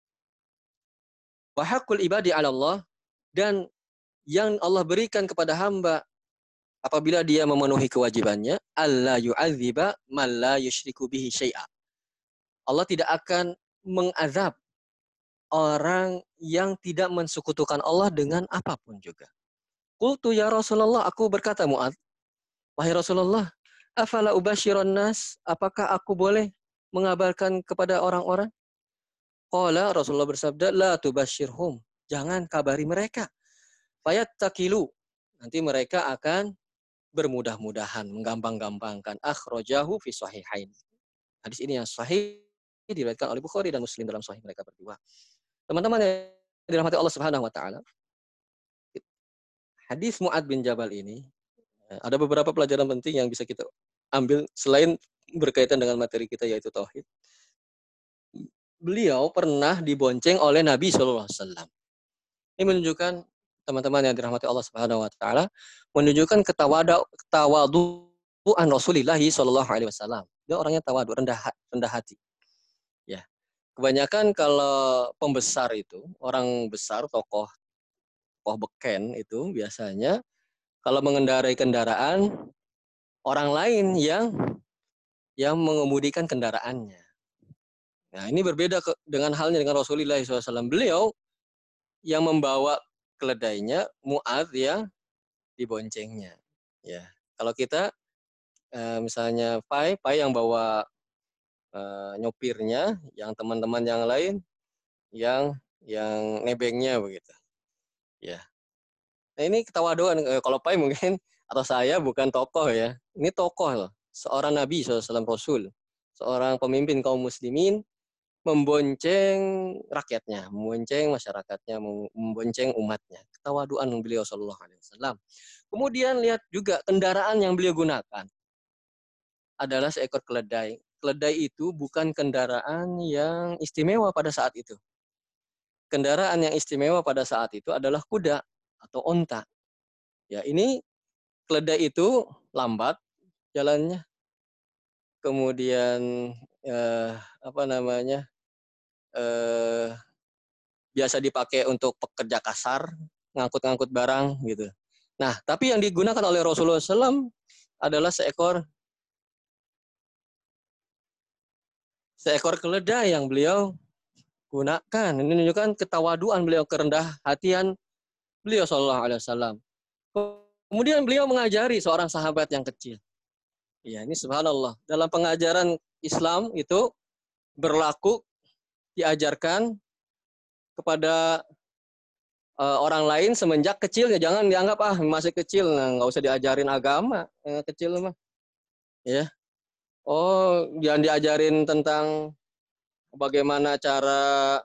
Wa haqqul ibadi 'ala Allah, dan yang Allah berikan kepada hamba apabila dia memenuhi kewajibannya, alla yu'adziba man la yusyriku bihi syai'a. Allah tidak akan mengazab orang yang tidak mensekutukan Allah dengan apapun juga. Qultu ya Rasulullah, aku berkata Mu'ad, wahai Rasulullah, afala ubasyiran nas, apakah aku boleh mengabarkan kepada orang-orang? Qala, Rasulullah bersabda, la tubasyirhum, jangan kabari mereka. Fayattakilu, nanti mereka akan bermudah-mudahan, menggampang-gampangkan. Akhrajahu fi sahihain. Hadis ini yang sahih diriwayatkan oleh Bukhari dan Muslim dalam sahih mereka berdua. Teman-teman yang dirahmati Allah Subhanahu wa taala, hadis Mu'ad bin Jabal ini ada beberapa pelajaran penting yang bisa kita ambil selain berkaitan dengan materi kita yaitu tauhid. Beliau pernah dibonceng oleh Nabi shallallahu alaihi wasallam. Ini menunjukkan, teman-teman yang dirahmati Allah Subhanahu wa taala, menunjukkan ketawadu ketawaduan Rasulullah shallallahu alaihi wasallam. Dia orangnya tawadu, rendah rendah hati. Ya. Kebanyakan kalau pembesar itu, orang besar, tokoh tokoh beken itu biasanya kalau mengendarai kendaraan, orang lain yang yang mengemudikan kendaraannya. Nah, ini berbeda ke, dengan halnya dengan Rasulullah shallallahu alaihi wasallam. Beliau yang membawa keledainya, Mu'ad yang diboncengnya. Ya, kalau kita eh, misalnya Pai, Pai yang bawa eh, nyopirnya, yang teman-teman yang lain yang yang nebengnya begitu. Ya. Nah, ini ketawaduan. Eh, kalau Pai mungkin atau saya bukan tokoh ya. Ini tokoh loh. Seorang Nabi shallallahu alaihi wasallam, Rasul. Seorang pemimpin kaum muslimin membonceng rakyatnya, membonceng masyarakatnya, membonceng umatnya. Ketawaduan beliau Shallallahu Alaihi Wasallam. Kemudian lihat juga kendaraan yang beliau gunakan adalah seekor keledai. Keledai itu bukan kendaraan yang istimewa pada saat itu. Kendaraan yang istimewa pada saat itu adalah kuda atau onta. Ya, ini keledai itu lambat jalannya. Kemudian eh, apa namanya? Eh, biasa dipakai untuk pekerja kasar, ngangkut-ngangkut barang gitu. Nah, tapi yang digunakan oleh Rasulullah shallallahu alaihi wasallam adalah seekor seekor keledai yang beliau gunakan. Ini menunjukkan ketawaduan beliau, kerendah hatian beliau Shallallahu Alaihi Wasallam. Kemudian beliau mengajari seorang sahabat yang kecil. Ya, ini subhanallah. Dalam pengajaran Islam itu berlaku diajarkan kepada uh, orang lain semenjak kecil. Ya, jangan dianggap ah masih kecil, nah, nggak usah diajarin agama yang kecil mah. Ya, oh jangan diajarin tentang bagaimana cara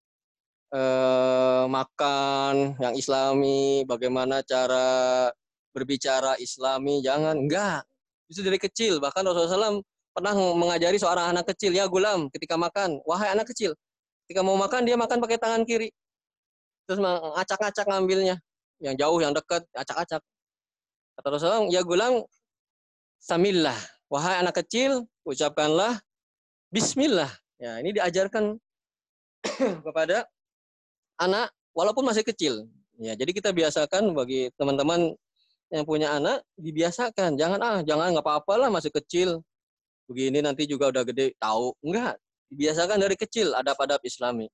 Eh, makan yang Islami, bagaimana cara berbicara Islami, jangan, enggak. Itu dari kecil, bahkan Rasulullah shallallahu alaihi wasallam pernah mengajari seorang anak kecil, ya gulam, ketika makan, wahai anak kecil, ketika mau makan dia makan pakai tangan kiri, terus ngacak-ngacak ngambilnya, yang jauh, yang dekat, acak-acak. Kata Rasulullah, ya gulam, samillah, wahai anak kecil, ucapkanlah Bismillah. Ya, ini diajarkan kepada anak walaupun masih kecil. Ya, jadi kita biasakan bagi teman-teman yang punya anak dibiasakan. Jangan ah, jangan nggak apa-apa lah masih kecil. Begini nanti juga udah gede tahu. Enggak, dibiasakan dari kecil adab-adab Islami.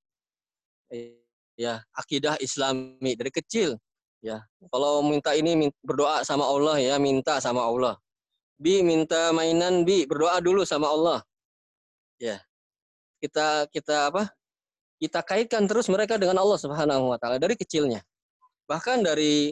Ya, akidah Islami dari kecil. Ya, kalau minta ini berdoa sama Allah ya, minta sama Allah. Bi minta mainan bi, berdoa dulu sama Allah. Ya. Kita kita apa? Kita kaitkan terus mereka dengan Allah Subhanahu wa taala dari kecilnya. Bahkan dari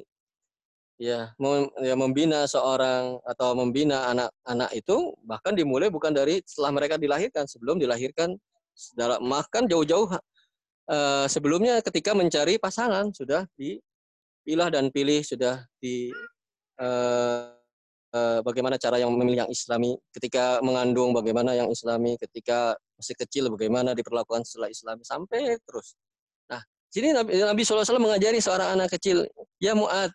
ya, mem, ya membina seorang atau membina anak-anak itu bahkan dimulai bukan dari setelah mereka dilahirkan, sebelum dilahirkan, dalam makan jauh-jauh uh, sebelumnya ketika mencari pasangan sudah dipilah dan pilih, sudah di uh, uh, bagaimana cara yang memilih yang Islami, ketika mengandung bagaimana yang Islami, ketika masih kecil bagaimana diperlakukan setelah Islami, sampai terus. Nah, sini Nabi, Nabi shallallahu alaihi wasallam mengajari seorang anak kecil, ya Mu'ad,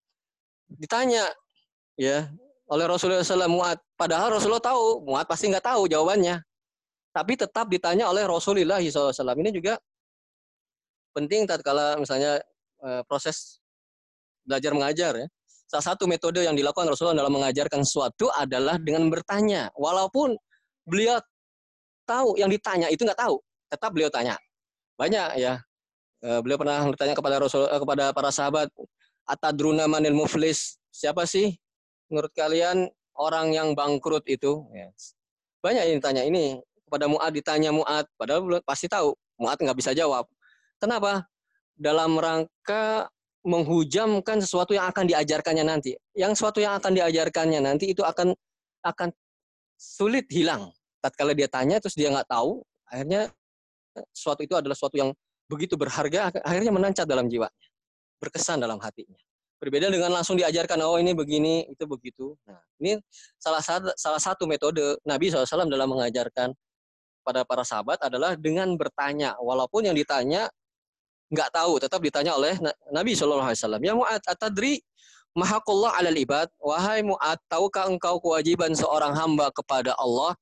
ditanya ya oleh Rasulullah shallallahu alaihi wasallam, Mu'ad, padahal Rasulullah tahu, Mu'ad pasti nggak tahu jawabannya, tapi tetap ditanya oleh Rasulullah shallallahu alaihi wasallam. Ini juga penting tatkala misalnya uh, proses belajar mengajar ya. Salah satu metode yang dilakukan Rasulullah dalam mengajarkan sesuatu adalah dengan bertanya, walaupun beliau tahu yang ditanya itu nggak tahu, tetap beliau tanya. Banyak ya, uh, beliau pernah bertanya kepada Rasul, uh, kepada para sahabat, atadruna manil muflis, siapa sih menurut kalian orang yang bangkrut itu? Yes. Banyak yang ditanya ini kepada Mu'ad, ditanya Mu'ad, padahal pasti tahu. Mu'ad nggak bisa jawab. Kenapa? Dalam rangka menghujamkan sesuatu yang akan diajarkannya nanti. Yang sesuatu yang akan diajarkannya nanti itu akan akan sulit hilang. Tatkala dia tanya terus dia nggak tahu, akhirnya sesuatu itu adalah sesuatu yang begitu berharga, akhirnya menancat dalam jiwanya, berkesan dalam hatinya. Berbeda dengan langsung diajarkan, oh ini begini, itu begitu. Nah, ini salah satu, salah satu metode Nabi shallallahu alaihi wasallam dalam mengajarkan pada para sahabat adalah dengan bertanya. Walaupun yang ditanya nggak tahu, tetap ditanya oleh Nabi shallallahu alaihi wasallam. Ya Mu'ad, atadri mahaqullah alal ibad. Wahai Mu'ad, tahukah engkau kewajiban seorang hamba kepada Allah?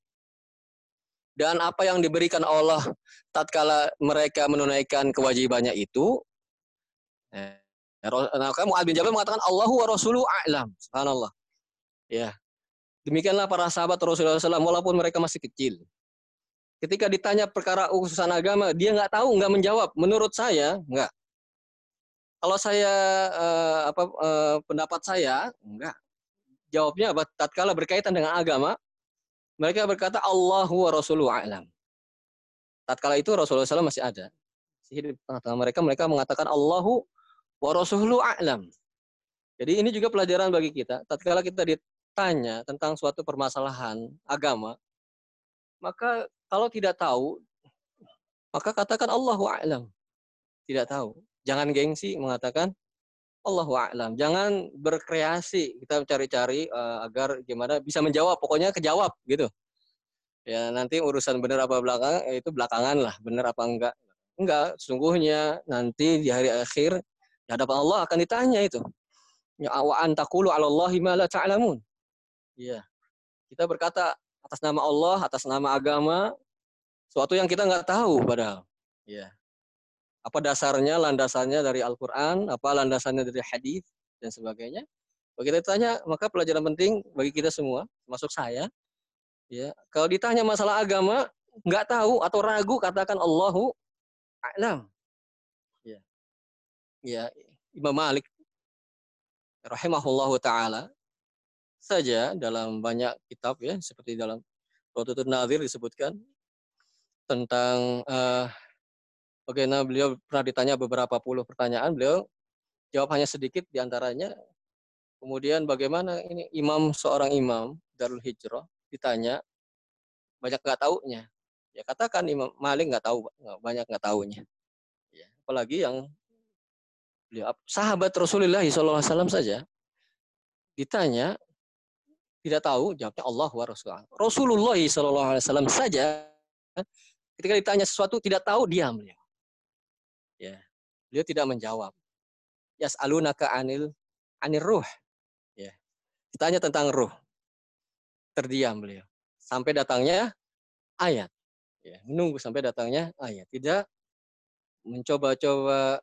Dan apa yang diberikan Allah tatkala mereka menunaikan kewajibannya itu? Eh, Nah, Mu'ad bin Jabal mengatakan Allahu wa rasuluhu a'lam. Subhanallah. Ya. Demikianlah para sahabat Rasulullah shallallahu alaihi wasallam walaupun mereka masih kecil. Ketika ditanya perkara urusan agama, dia nggak tahu, nggak menjawab. Menurut saya, nggak. Kalau saya eh, apa eh, pendapat saya, nggak. Jawabnya apa? Tatkala berkaitan dengan agama, mereka berkata Allahu wa rasuluhu a'lam. Tatkala itu Rasulullah shallallahu alaihi wasallam masih ada. Di tengah-tengah mereka, mereka mengatakan Allahu wa rasuluhu a'lam. Jadi ini juga pelajaran bagi kita. Tatkala kita ditanya tentang suatu permasalahan agama, maka kalau tidak tahu, maka katakan Allahu a'lam. Tidak tahu. Jangan gengsi mengatakan Allahu a'lam. Jangan berkreasi. Kita cari-cari uh, agar gimana bisa menjawab. Pokoknya kejawab gitu. Ya nanti urusan benar apa belakangan itu belakangan lah. Benar apa enggak? Enggak. Sungguhnya nanti di hari akhir di hadapan Allah akan ditanya itu. Ya wa antaqulu 'alallahi ma la ta'lamun. Iya. Kita berkata atas nama Allah, atas nama agama, suatu yang kita nggak tahu padahal. Iya. Apa dasarnya, landasannya dari Al-Quran, apa landasannya dari hadis dan sebagainya. Kalau kita tanya, maka pelajaran penting bagi kita semua, termasuk saya. Ya, kalau ditanya masalah agama, nggak tahu atau ragu, katakan Allahu a'lam. Ya, ya, Imam Malik rahimahullahu taala saja dalam banyak kitab ya, seperti dalam Rotutul Nadir disebutkan tentang uh, bagaimana beliau pernah ditanya beberapa puluh pertanyaan, beliau jawab hanya sedikit diantaranya. Kemudian bagaimana ini imam, seorang imam Darul Hijrah ditanya banyak nggak taunya. Ya katakan Imam Malik nggak tahu, banyak nggak taunya. Ya, apalagi yang beliau sahabat Rasulullah shallallahu alaihi wasallam saja ditanya tidak tahu, jawabnya Allah wa Rasulullah. Rasulullah shallallahu alaihi wasallam saja ketika ditanya sesuatu tidak tahu, diam beliau. Ya, beliau tidak menjawab. Yas'alunaka anil anir ruh. Ya, ditanya tentang ruh, terdiam beliau sampai datangnya ayat. Ya, menunggu sampai datangnya ayat. Tidak mencoba-coba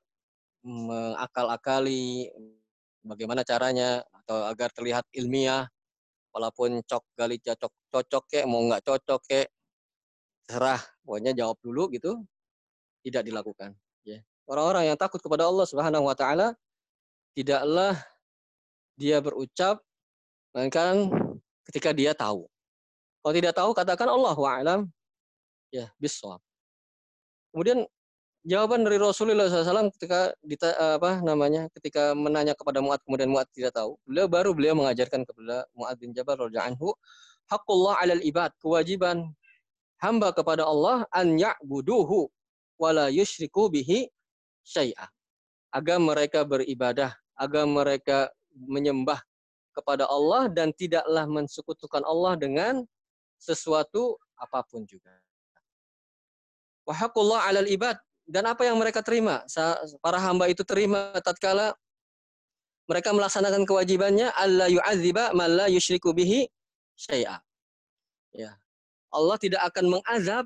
mengakal-akali bagaimana caranya atau agar terlihat ilmiah, walaupun cok gali cocok cocok kek mau nggak cocok kek serah, pokoknya jawab dulu gitu, tidak dilakukan. Ya, orang-orang yang takut kepada Allah Subhanahu Wa Taala tidaklah dia berucap melainkan ketika dia tahu. Kalau tidak tahu katakan Allahu a'lam ya bisawab. Kemudian jawaban dari Rasulullah shallallahu alaihi wasallam ketika dita, apa namanya ketika menanya kepada Mu'ad kemudian Mu'ad tidak tahu, beliau baru beliau mengajarkan kepada Mu'ad bin Jabal radhiyallahu anhu, haqqullah 'alal ibad, kewajiban hamba kepada Allah an ya'buduhu wa la yusyriku bihi syai'a. Agar mereka beribadah, agar mereka menyembah kepada Allah dan tidaklah mensekutukan Allah dengan sesuatu apapun juga. Wa haqqullah 'alal ibad, dan apa yang mereka terima, para hamba itu terima tatkala mereka melaksanakan kewajibannya, alla yu'adziba man la yusyriku bihi syai'a. Ya. Allah tidak akan mengazab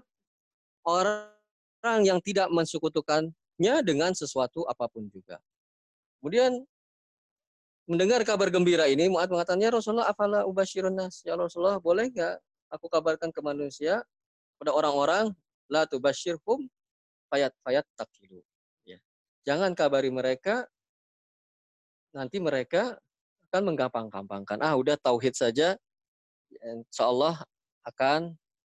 orang yang tidak mensekutukannya dengan sesuatu apapun juga. Kemudian mendengar kabar gembira ini, Mu'ad mengatakan, ya Rasulullah, afala ubashirun nas? Ya Rasulullah, boleh nggak aku kabarkan ke manusia, pada orang-orang, la tubashirhum fayat fayat takilu. Ya. Jangan kabari mereka, nanti mereka akan menggampang-gampangkan. Ah, udah tauhid saja, insya Allah akan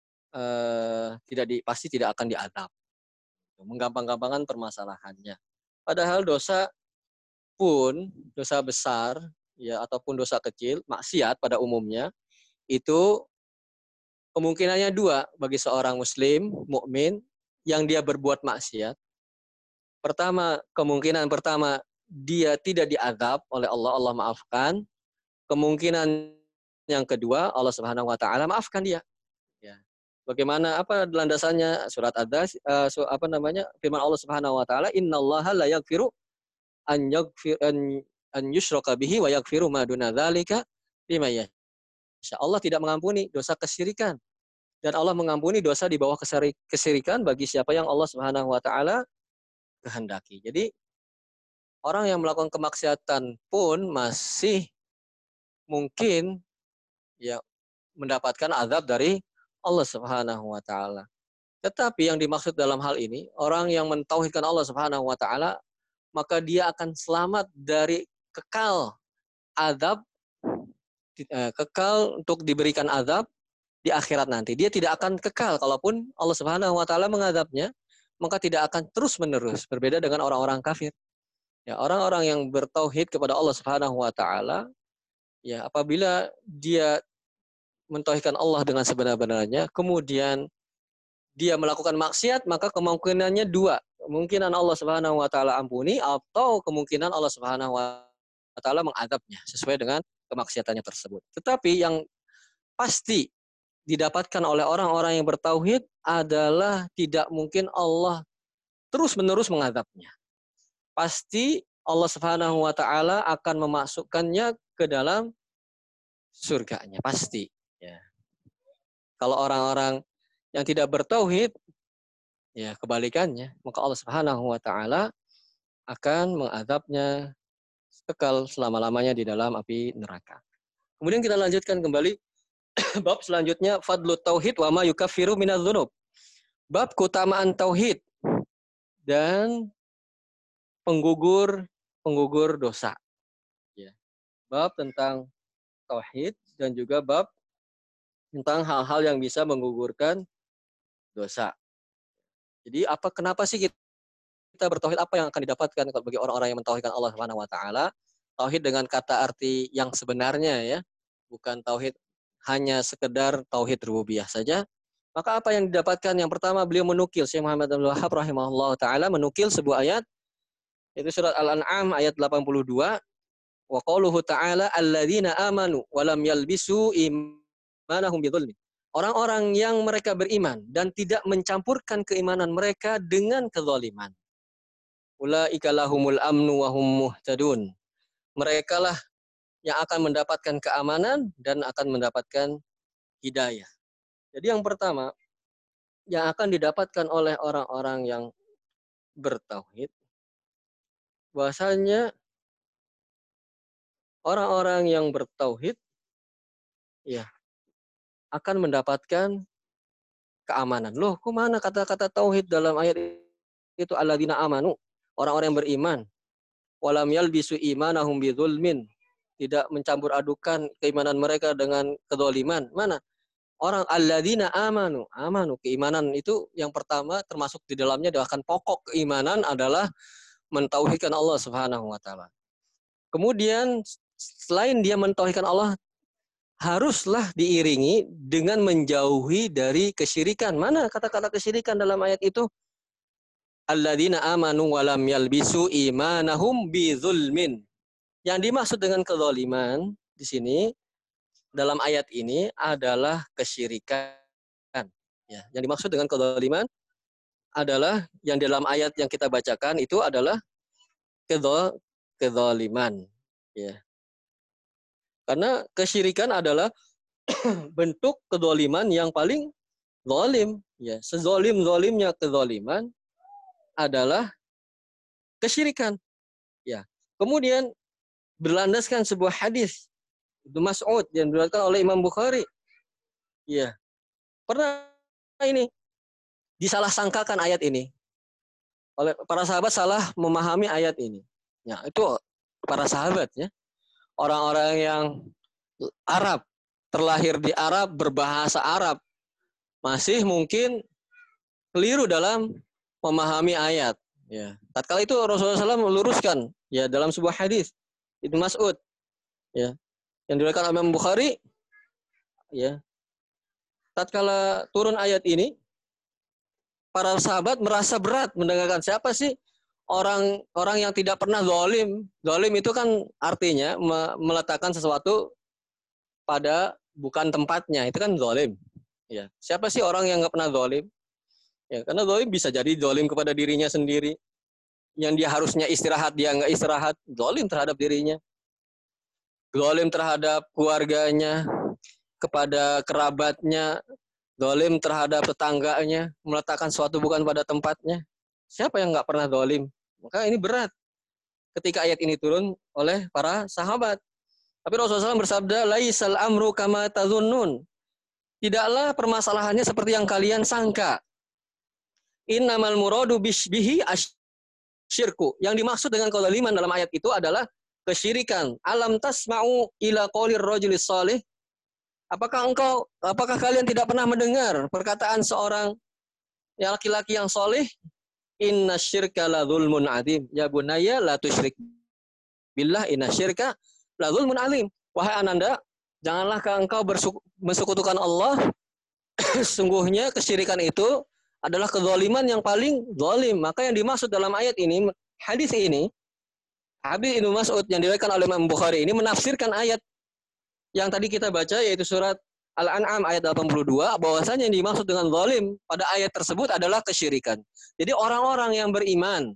eh, tidak di, pasti tidak akan diadab. Menggampang-gampangkan permasalahannya. Padahal dosa pun, dosa besar, ya ataupun dosa kecil, maksiat pada umumnya itu kemungkinannya dua bagi seorang muslim mukmin yang dia berbuat maksiat. Pertama, kemungkinan pertama dia tidak diazab oleh Allah, Allah maafkan. Kemungkinan yang kedua, Allah Subhanahu wa taala maafkan dia. Ya. Bagaimana apa landasannya surat Ad-Das uh, apa namanya? Firman Allah Subhanahu wa taala, innallaha la yaghfiru an yaghfir an, an yushraka bihi wa yaghfiru ma duna dzalika liman yasha. Allah tidak mengampuni dosa kesyirikan dan Allah mengampuni dosa di bawah kesyirikan bagi siapa yang Allah Subhanahu wa taala kehendaki. Jadi orang yang melakukan kemaksiatan pun masih mungkin ya mendapatkan azab dari Allah Subhanahu wa taala. Tetapi yang dimaksud dalam hal ini, orang yang mentauhidkan Allah Subhanahu wa taala, maka dia akan selamat dari kekal azab, kekal untuk diberikan azab di akhirat nanti. Dia tidak akan kekal, kalaupun Allah Subhanahu wa taala mengazabnya, maka tidak akan terus-menerus, berbeda dengan orang-orang kafir. Ya, orang-orang yang bertauhid kepada Allah Subhanahu wa taala, ya apabila dia mentauhidkan Allah dengan sebenar-benarnya, kemudian dia melakukan maksiat, maka kemungkinannya dua. Kemungkinan Allah Subhanahu wa taala ampuni atau kemungkinan Allah Subhanahu wa taala mengadabnya sesuai dengan kemaksiatannya tersebut. Tetapi yang pasti didapatkan oleh orang-orang yang bertauhid adalah tidak mungkin Allah terus-menerus mengadabnya. Pasti Allah Subhanahu wa taala akan memasukkannya ke dalam surganya, pasti ya. Kalau orang-orang yang tidak bertauhid, Ya, kebalikannya, maka Allah Subhanahu wa taala akan mengadabnya kekal selama-lamanya di dalam api neraka. Kemudian kita lanjutkan kembali bab selanjutnya, fadlut tauhid wa ma yukaffiru minadz-dzunub. Bab keutamaan tauhid dan penggugur penggugur dosa. Ya. Bab tentang tauhid dan juga bab tentang hal-hal yang bisa menggugurkan dosa. Jadi apa kenapa sih kita kita bertauhid, apa yang akan didapatkan bagi orang-orang yang mentauhidkan Allah Subhanahu wa taala? Tauhid dengan kata arti yang sebenarnya ya, bukan tauhid hanya sekedar tauhid rububiyah saja. Maka apa yang didapatkan? Yang pertama, beliau menukil, Syekh Muhammad Abdul Wahhab rahimahullah taala menukil sebuah ayat, yaitu surat Al-An'am ayat delapan puluh dua, wa qauluhu ta'ala alladzina amanu wa lam yalbisu imanahum bidzulmin. Orang-orang yang mereka beriman dan tidak mencampurkan keimanan mereka dengan kezaliman. Ulaika lahumul amnu wa hum muhtadun. Mereka lah yang akan mendapatkan keamanan dan akan mendapatkan hidayah. Jadi yang pertama yang akan didapatkan oleh orang-orang yang bertauhid, bahwasanya orang-orang yang bertauhid ya akan mendapatkan keamanan. Loh, kok mana kata-kata tauhid dalam ayat itu, alladzina amanu, orang-orang yang beriman, walam yalbisu imanahum bidzulmin, tidak mencampur adukan keimanan mereka dengan kedzaliman. Mana? Orang alladzina amanu, amanu, keimanan itu yang pertama termasuk di dalamnya bahkan pokok keimanan adalah mentauhidkan Allah Subhanahu wa taala. Kemudian selain dia mentauhidkan Allah, haruslah diiringi dengan menjauhi dari kesyirikan. Mana kata-kata kesyirikan dalam ayat itu? Alladzina amanu wa lam yalbisu imanahum bidzulmin. Yang dimaksud dengan kezaliman di sini dalam ayat ini adalah kesyirikan. Ya, yang dimaksud dengan kezaliman adalah yang dalam ayat yang kita bacakan itu adalah kezaliman. Ya. Karena kesyirikan adalah bentuk kezaliman yang paling zalim. Ya, sezalim-zalimnya kezaliman adalah kesyirikan. Ya. Kemudian berlandaskan sebuah hadis Ibnu Mas'ud yang diriwayatkan oleh Imam Bukhari. Ya. Pernah ini disalah sangkakan ayat ini. Oleh para sahabat salah memahami ayat ini. Ya, itu para sahabat ya. Orang-orang yang Arab, terlahir di Arab, berbahasa Arab, masih mungkin keliru dalam memahami ayat. Ya. Tatkala itu Rasulullah shallallahu alaihi wasallam meluruskan ya dalam sebuah hadis Ibnu Mas'ud ya yang diriwayatkan oleh Imam Bukhari ya. Tatkala turun ayat ini, para sahabat merasa berat mendengarkan, siapa sih orang-orang yang tidak pernah zalim. Zalim itu kan artinya meletakkan sesuatu pada bukan tempatnya, itu kan zalim. Ya. Siapa sih orang yang nggak pernah zalim? Ya, karena zalim bisa jadi zalim kepada dirinya sendiri. Yang dia harusnya istirahat, dia nggak istirahat, zalim terhadap dirinya. Zalim terhadap keluarganya, kepada kerabatnya, zalim terhadap tetangganya, meletakkan sesuatu bukan pada tempatnya. Siapa yang nggak pernah zalim? Maka ini berat ketika ayat ini turun oleh para sahabat. Tapi Rasulullah shallallahu alaihi wasallam bersabda, laisal amru kama tazunnun. Tidaklah permasalahannya seperti yang kalian sangka. Innamal muradu bihi asyirku. Yang dimaksud dengan kezaliman dalam ayat itu adalah kesyirikan. Alam tasma'u ila qaulir rajulis salih. Apakah engkau, apakah kalian tidak pernah mendengar perkataan seorang yang laki-laki yang soleh? Inna syirka la zulmun adim. Ya bunaya la tusyrik billah inna syirka la zulmun alim. Wahai ananda, janganlah engkau bersekutukan Allah. Sungguhnya kesyirikan itu adalah kezaliman yang paling zalim. Maka yang dimaksud dalam ayat ini, hadis ini, hadis Ibnu Mas'ud yang diriwayatkan oleh Imam Bukhari ini menafsirkan ayat yang tadi kita baca, yaitu surat Al-An'am ayat delapan puluh dua, bahwasanya yang dimaksud dengan zalim pada ayat tersebut adalah kesyirikan. Jadi orang-orang yang beriman,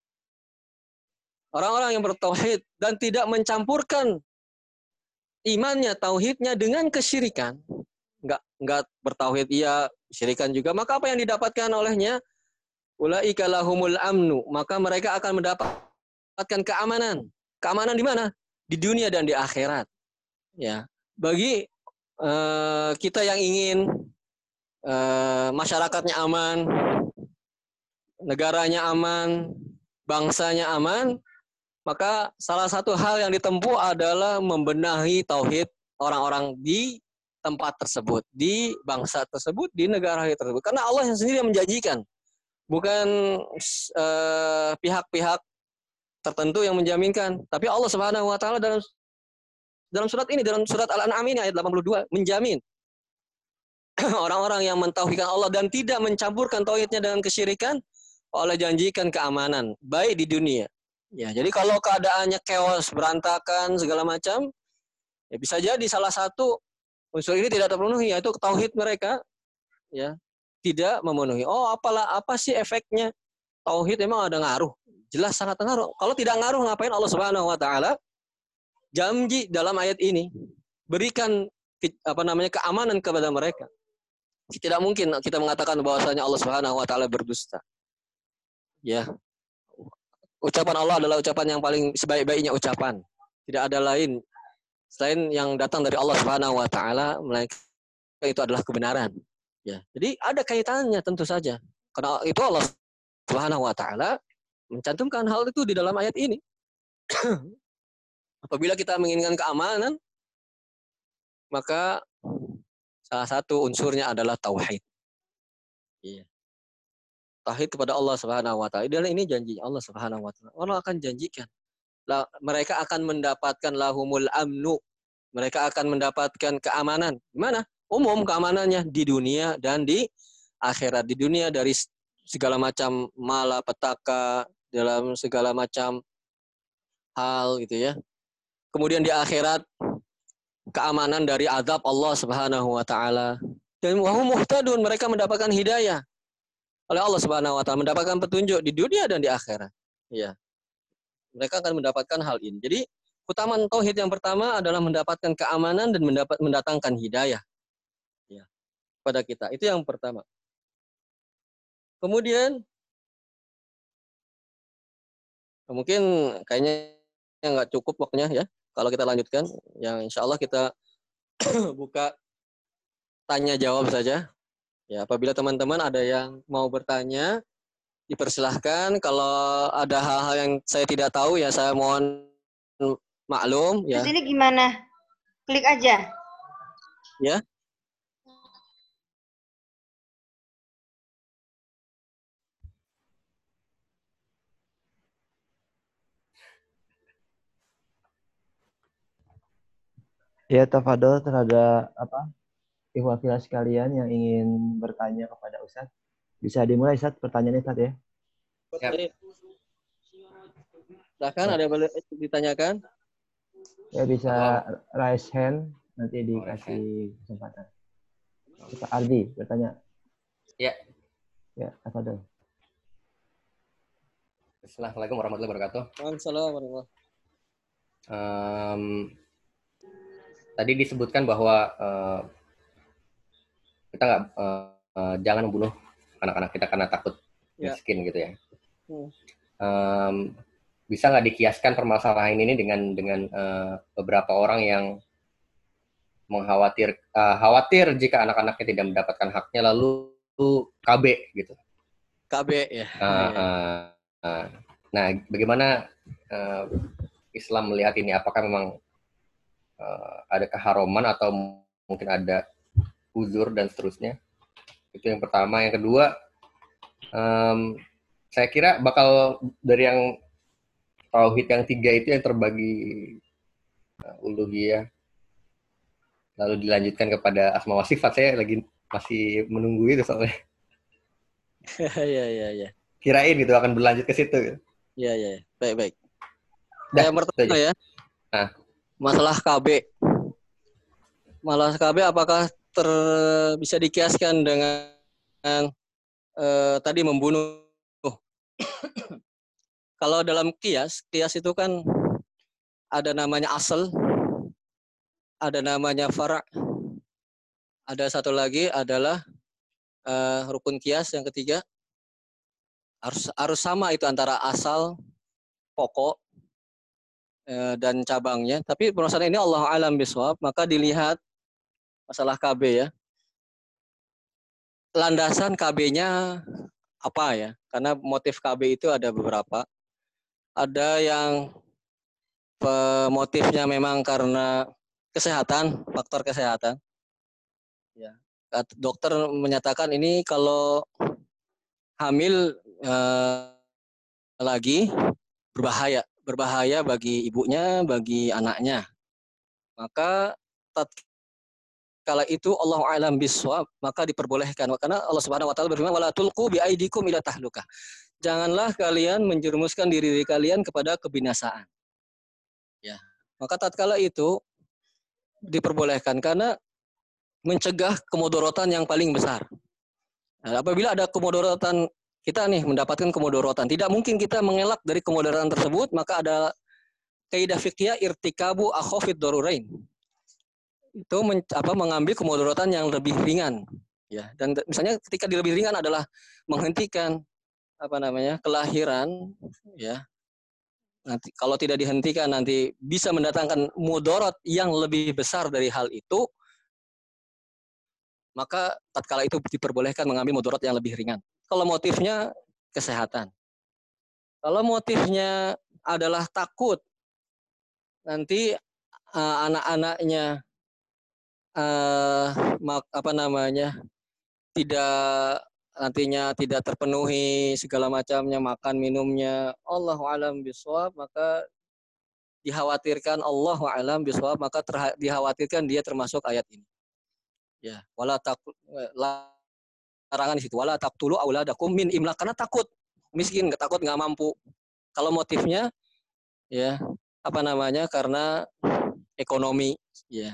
orang-orang yang bertauhid dan tidak mencampurkan imannya, tauhidnya dengan kesyirikan, enggak enggak bertauhid iya, syirikan juga, maka apa yang didapatkan olehnya? ulaika lahumul amnu, maka mereka akan mendapatkan keamanan. Keamanan di mana? Di dunia dan di akhirat. Ya, bagi uh, kita yang ingin uh, masyarakatnya aman, negaranya aman, bangsanya aman, maka salah satu hal yang ditempuh adalah membenahi tauhid orang-orang di tempat tersebut, di bangsa tersebut, di negara tersebut. Karena Allah yang sendiri yang menjanjikan, bukan uh, pihak-pihak tertentu yang menjaminkan, tapi Allah Subhanahu wa taala dalam dalam surat ini, dalam surat Al-An'am ini ayat delapan puluh dua menjamin orang-orang yang mentauhidkan Allah dan tidak mencampurkan tauhidnya dengan kesyirikan, Allah janjikan keamanan baik di dunia. Ya, jadi kalau keadaannya chaos, berantakan segala macam, ya bisa jadi salah satu unsur ini tidak terpenuhi, yaitu tauhid mereka ya tidak memenuhi. Oh, apalah apa sih efeknya? Tauhid memang ada ngaruh. Jelas sangat ngaruh. Kalau tidak ngaruh, ngapain Allah Subhanahu wa taala janji dalam ayat ini berikan apa namanya keamanan kepada mereka. Tidak mungkin kita mengatakan bahwasanya Allah Subhanahu wa taala berdusta. Ya. Ucapan Allah adalah ucapan yang paling sebaik-baiknya ucapan. Tidak ada lain selain yang datang dari Allah Subhanahu wa taala, melainkan itu adalah kebenaran. Ya. Jadi ada kaitannya tentu saja. Karena itu Allah Subhanahu wa taala mencantumkan hal itu di dalam ayat ini. Apabila kita menginginkan keamanan, maka salah satu unsurnya adalah tauhid. Iya. Tauhid kepada Allah Subhanahu wa taala. Dan ini janji Allah Subhanahu wa taala. Allah akan janjikan. Mereka akan mendapatkan lahumul amnu. Mereka akan mendapatkan keamanan. Di mana? Umum keamanannya di dunia dan di akhirat. Di dunia dari segala macam malapetaka, dalam segala macam hal gitu ya. Kemudian di akhirat keamanan dari azab Allah Subhanahu wa taala. Dan wahum muhtadun, mereka mendapatkan hidayah oleh Allah Subhanahu wa taala, mendapatkan petunjuk di dunia dan di akhirat. Ya. Mereka akan mendapatkan hal ini. Jadi, keutamaan tauhid yang pertama adalah mendapatkan keamanan dan mendapat mendatangkan hidayah. Ya. Pada kita. Itu yang pertama. Kemudian mungkin kayaknya nggak cukup waktunya ya. Kalau kita lanjutkan, yang insya Allah kita buka tanya jawab saja. Ya, apabila teman-teman ada yang mau bertanya, dipersilahkan. Kalau ada hal-hal yang saya tidak tahu, ya saya mohon maklum. Ya. Terus ini gimana? Klik aja. Ya. Ya, tafadhol terhadap apa? Ikhwah sekalian yang ingin bertanya kepada Ustadz. Bisa dimulai Ustadz pertanyaannya Ustadz ya. Yep. Silahkan, ada yang boleh ditanyakan? Ya, bisa raise hand, nanti dikasih kesempatan. Pak Ardi bertanya. Ya. Ya, tafadhol. Assalamualaikum warahmatullahi wabarakatuh. Waalaikumsalam warahmatullahi wabarakatuh. Um, tadi disebutkan bahwa uh, kita nggak uh, uh, jangan membunuh anak-anak kita karena takut Ya. miskin gitu ya. Hmm. Um, bisa nggak dikiaskan permasalahan ini dengan dengan uh, beberapa orang yang mengkhawatir uh, khawatir jika anak-anaknya tidak mendapatkan haknya lalu K B gitu. K B ya. Uh, uh, uh, nah, bagaimana uh, Islam melihat ini? Apakah memang uh, ada keharuman atau mungkin ada uzur dan seterusnya? Itu yang pertama. Yang kedua, um, saya kira bakal dari yang tauhid yang tiga itu yang terbagi uh, uluhiyah, lalu dilanjutkan kepada asma wa sifat. Saya lagi masih menunggu itu soalnya. Iya, iya, iya. Kirain gitu akan berlanjut ke situ. Iya, iya. Baik, baik. Dah, yang pertama ya. Nah. Masalah K B. Masalah K B apakah ter, bisa dikiaskan dengan eh, tadi membunuh? Kalau dalam kias, kias itu kan ada namanya asal, ada namanya fara', ada satu lagi adalah uh, rukun kias yang ketiga Harus harus sama itu antara asal, pokok eh, dan cabangnya. Tapi permasalahan ini Allah alam biswab, maka dilihat masalah K B ya. Landasan K B-nya apa ya? Karena motif K B itu ada beberapa. Ada yang motifnya memang karena kesehatan, faktor kesehatan. Ya. Dokter menyatakan ini kalau hamil eh, lagi berbahaya, berbahaya bagi ibunya, bagi anaknya. Maka tatkala itu Allah a'lam bishawab, maka diperbolehkan. Karena Allah Subhanahu wa taala berfirman, "Wala tulqu biaidikum ila tahlukah." Janganlah kalian menjerumuskan diri kalian kepada kebinasaan. Ya. Maka tatkala itu diperbolehkan karena mencegah kemudorotan yang paling besar. Nah, apabila ada kemudorotan, kita nih mendapatkan kemudorotan, tidak mungkin kita mengelak dari kemudorotan tersebut, maka ada kaidah fikih irtikabu akhafid darurain. Itu men, apa, mengambil kemudorotan yang lebih ringan, ya. Dan misalnya ketika di lebih ringan adalah menghentikan apa namanya kelahiran, ya. Nanti kalau tidak dihentikan nanti bisa mendatangkan mudarat yang lebih besar dari hal itu, maka tatkala itu diperbolehkan mengambil mudarat yang lebih ringan. Kalau motifnya kesehatan. Kalau motifnya adalah takut nanti uh, anak-anaknya uh, apa namanya tidak nantinya tidak terpenuhi segala macamnya, makan minumnya, Allahu a'lam bishawab, maka dikhawatirkan Allahu a'lam bishawab, maka terha- dikhawatirkan dia termasuk ayat ini. Ya, wala taqul larangan di situ, wala taqtulu auladakum min imlaq, karena takut miskin, nggak takut nggak mampu. Kalau motifnya ya apa namanya karena ekonomi ya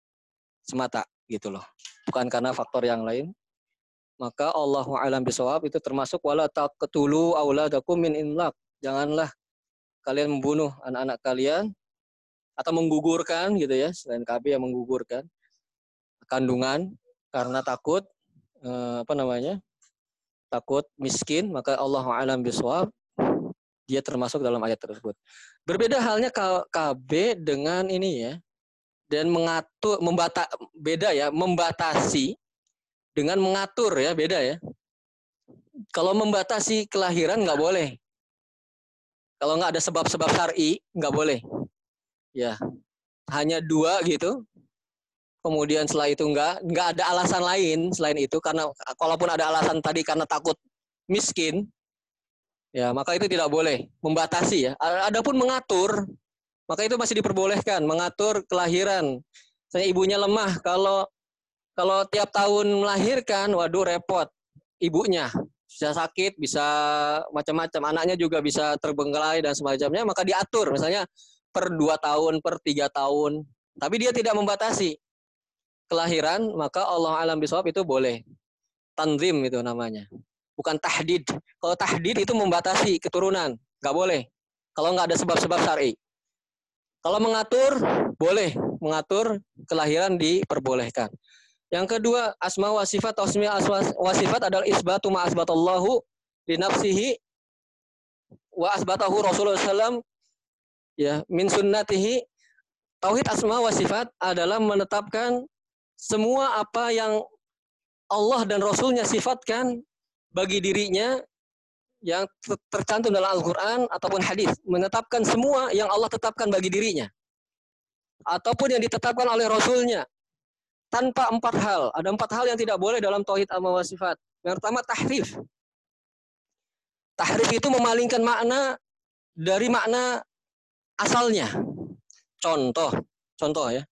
semata gitu loh, bukan karena faktor yang lain. Maka Allahu a'lam bishawab itu termasuk wala taqtulu auladakum min imlaq. Janganlah kalian membunuh anak-anak kalian atau menggugurkan gitu ya, selain K B yang menggugurkan kandungan karena takut eh, apa namanya? takut miskin, maka Allahu a'lam bishawab dia termasuk dalam ayat tersebut. Berbeda halnya K B dengan ini ya, dan mengatur membata beda ya, membatasi dengan mengatur ya, beda ya. Kalau membatasi kelahiran nggak boleh. Kalau nggak ada sebab-sebab syar'i nggak boleh. Ya, hanya dua gitu. Kemudian setelah itu nggak nggak ada alasan lain selain itu, karena kalaupun ada alasan tadi karena takut miskin, ya maka itu tidak boleh. Membatasi ya. Adapun mengatur, maka itu masih diperbolehkan. Mengatur kelahiran. Misalnya ibunya lemah, kalau Kalau tiap tahun melahirkan, waduh repot. Ibunya bisa sakit, bisa macam-macam. Anaknya juga bisa terbengkalai dan semacamnya. Maka diatur, misalnya per dua tahun, per tiga tahun. Tapi dia tidak membatasi kelahiran, maka Allah alam bishawab itu boleh. Tanzim itu namanya. Bukan tahdid. Kalau tahdid itu membatasi keturunan. Nggak boleh. Kalau nggak ada sebab-sebab syar'i. Kalau mengatur, boleh. Mengatur kelahiran diperbolehkan. Yang kedua, asma wa sifat, tasmiyah wa sifat adalah isbatu ma asbatallahu li nafsihi wa asbatahu Rasulullah sallallahu alaihi wasallam ya min sunnatihi. Tauhid asma wa sifat adalah menetapkan semua apa yang Allah dan Rasulnya sifatkan bagi dirinya yang tercantum dalam Al-Quran ataupun hadis. Menetapkan semua yang Allah tetapkan bagi dirinya ataupun yang ditetapkan oleh Rasulnya. Tanpa empat hal. Ada empat hal yang tidak boleh dalam tauhid asma wa sifat. Yang pertama, tahrif. Tahrif itu memalingkan makna dari makna asalnya. Contoh, contoh ya.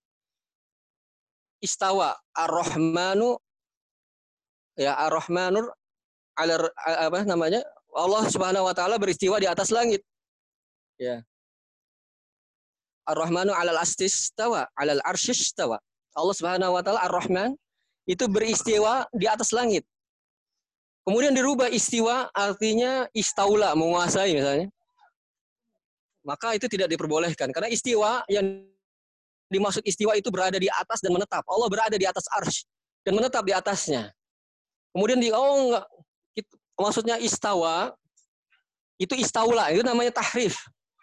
Istawa ar-Rahmanu ya ar-Rahmanur ala apa namanya? Allah Subhanahu wa taala beristiwa di atas langit. Ya. Ar-Rahmanu 'alal astistawa, 'alal arsyistawa. Allah Subhanahu wa taala Ar-Rahman itu beristiwa di atas langit. Kemudian dirubah istiwa artinya istaula, menguasai misalnya. Maka itu tidak diperbolehkan karena istiwa yang dimaksud istiwa itu berada di atas dan menetap. Allah berada di atas arsy dan menetap di atasnya. Kemudian di oh enggak maksudnya istawa itu istaula, itu namanya tahrif.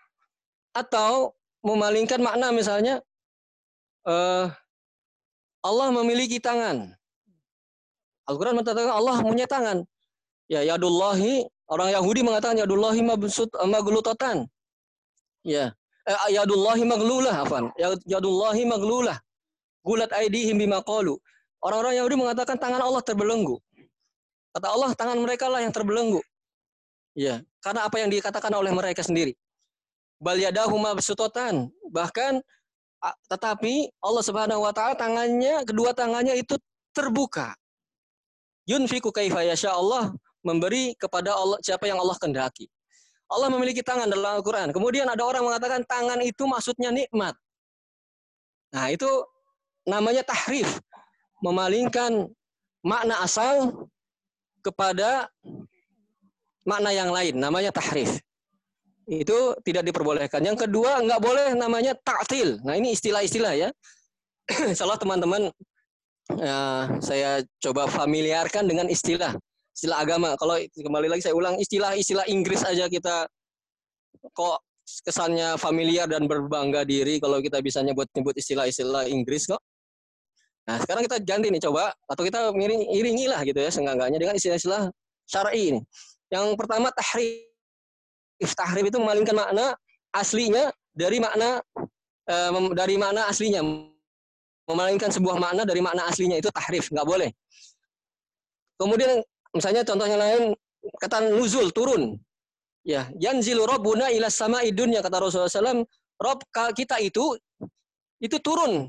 Atau memalingkan makna misalnya uh, Allah memiliki tangan. Al-Quran mengatakan Allah punya tangan. Ya, yadullahi, orang Yahudi mengatakan yadullahi mabsut maglutatan. Ya, eh, yadullahi maglulah, afan. Yadullahi maglulah. Gulat aidihim bima qalu. Orang-orang Yahudi mengatakan tangan Allah terbelenggu. Kata Allah, tangan mereka lah yang terbelenggu. Ya, karena apa yang dikatakan oleh mereka sendiri. Bal yadahu mabsutatan. Bahkan tetapi Allah Subhanahu wa taala tangannya, kedua tangannya itu terbuka. Yunfiku kaifa yasha, Allah memberi kepada Allah siapa yang Allah kehendaki. Allah memiliki tangan dalam Al-Qur'an. Kemudian ada orang mengatakan tangan itu maksudnya nikmat. Nah, itu namanya tahrif. Memalingkan makna asal kepada makna yang lain, namanya tahrif. Itu tidak diperbolehkan. Yang kedua, nggak boleh namanya ta'til. Nah, ini istilah-istilah ya. Salah teman-teman, ya, saya coba familiarkan dengan istilah. Istilah agama. Kalau kembali lagi saya ulang, istilah-istilah Inggris aja kita kok kesannya familiar dan berbangga diri kalau kita bisa nyebut-nyebut istilah-istilah Inggris kok. Nah, sekarang kita ganti nih coba, atau kita iring, iringi lah gitu ya, seenggak-enggaknya dengan istilah-istilah syar'i ini. Yang pertama tahrif. Tahrif itu memalingkan makna aslinya dari makna e, dari makna aslinya. Memalingkan sebuah makna dari makna aslinya itu tahrif, nggak boleh. Kemudian misalnya contohnya lain, kata nuzul, turun. Ya, yanzilu rabbuna ila sama'i dunya, kata Rasulullah shallallahu alaihi wasallam, Rabb kita itu itu turun.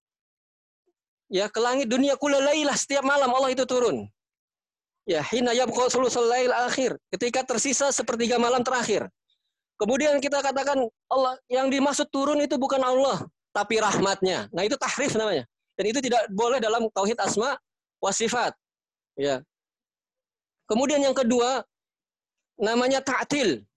Ya, ke langit dunia kula lailah, setiap malam Allah itu turun. Ya, hina yabqa sulusul lail akhir, ketika tersisa sepertiga malam terakhir. Kemudian kita katakan Allah yang dimaksud turun itu bukan Allah, tapi rahmatnya. Nah, itu tahrif namanya. Dan itu tidak boleh dalam tauhid asma wa sifat. Ya. Kemudian yang kedua namanya ta'til.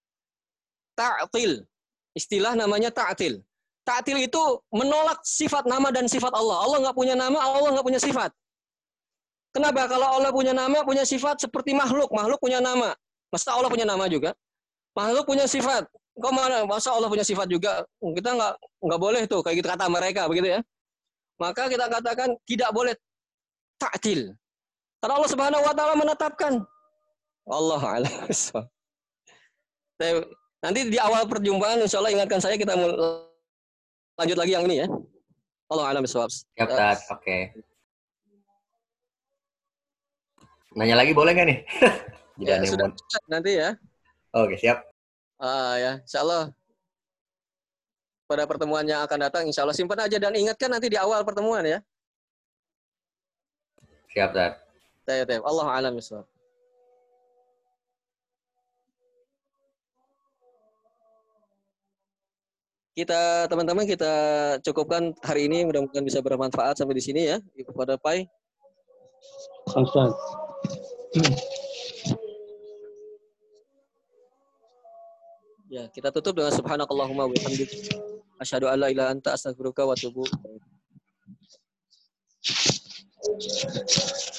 Ta'til. Istilah namanya ta'til. Ta'til itu menolak sifat nama dan sifat Allah. Allah nggak punya nama, Allah nggak punya sifat. Kenapa? Kalau Allah punya nama, punya sifat seperti makhluk. Makhluk punya nama. Masa Allah punya nama juga? Makhluk punya sifat. Kok mana? Masa Allah punya sifat juga? Kita nggak nggak boleh tuh kayak gitu kata mereka begitu ya. Maka kita katakan tidak boleh ta'til. Karena Allah Subhanahu wa taala menetapkan. Allah a'lam. Nanti di awal perjumpaan insya Allah ingatkan saya, kita lanjut lagi yang ini ya. Allah a'lam bishawab. Siap, Tat. Oke. Okay. Nanya lagi boleh nggak nih? Ya, sudah nanti ya. Oke, siap. Ah ya, insya Allah pada pertemuan yang akan datang, insya Allah simpan aja dan ingatkan nanti di awal pertemuan ya. Siap, Tat. Saya tahu. Allah a'lam bishawab. Kita teman-teman kita cukupkan hari ini, mudah-mudahan bisa bermanfaat sampai di sini ya kepada Pai. Ustaz. Ya, kita tutup dengan subhanakallahumma wa bihamdika asyhadu an la ilaha illa anta astaghfiruka wa atubu ilaik.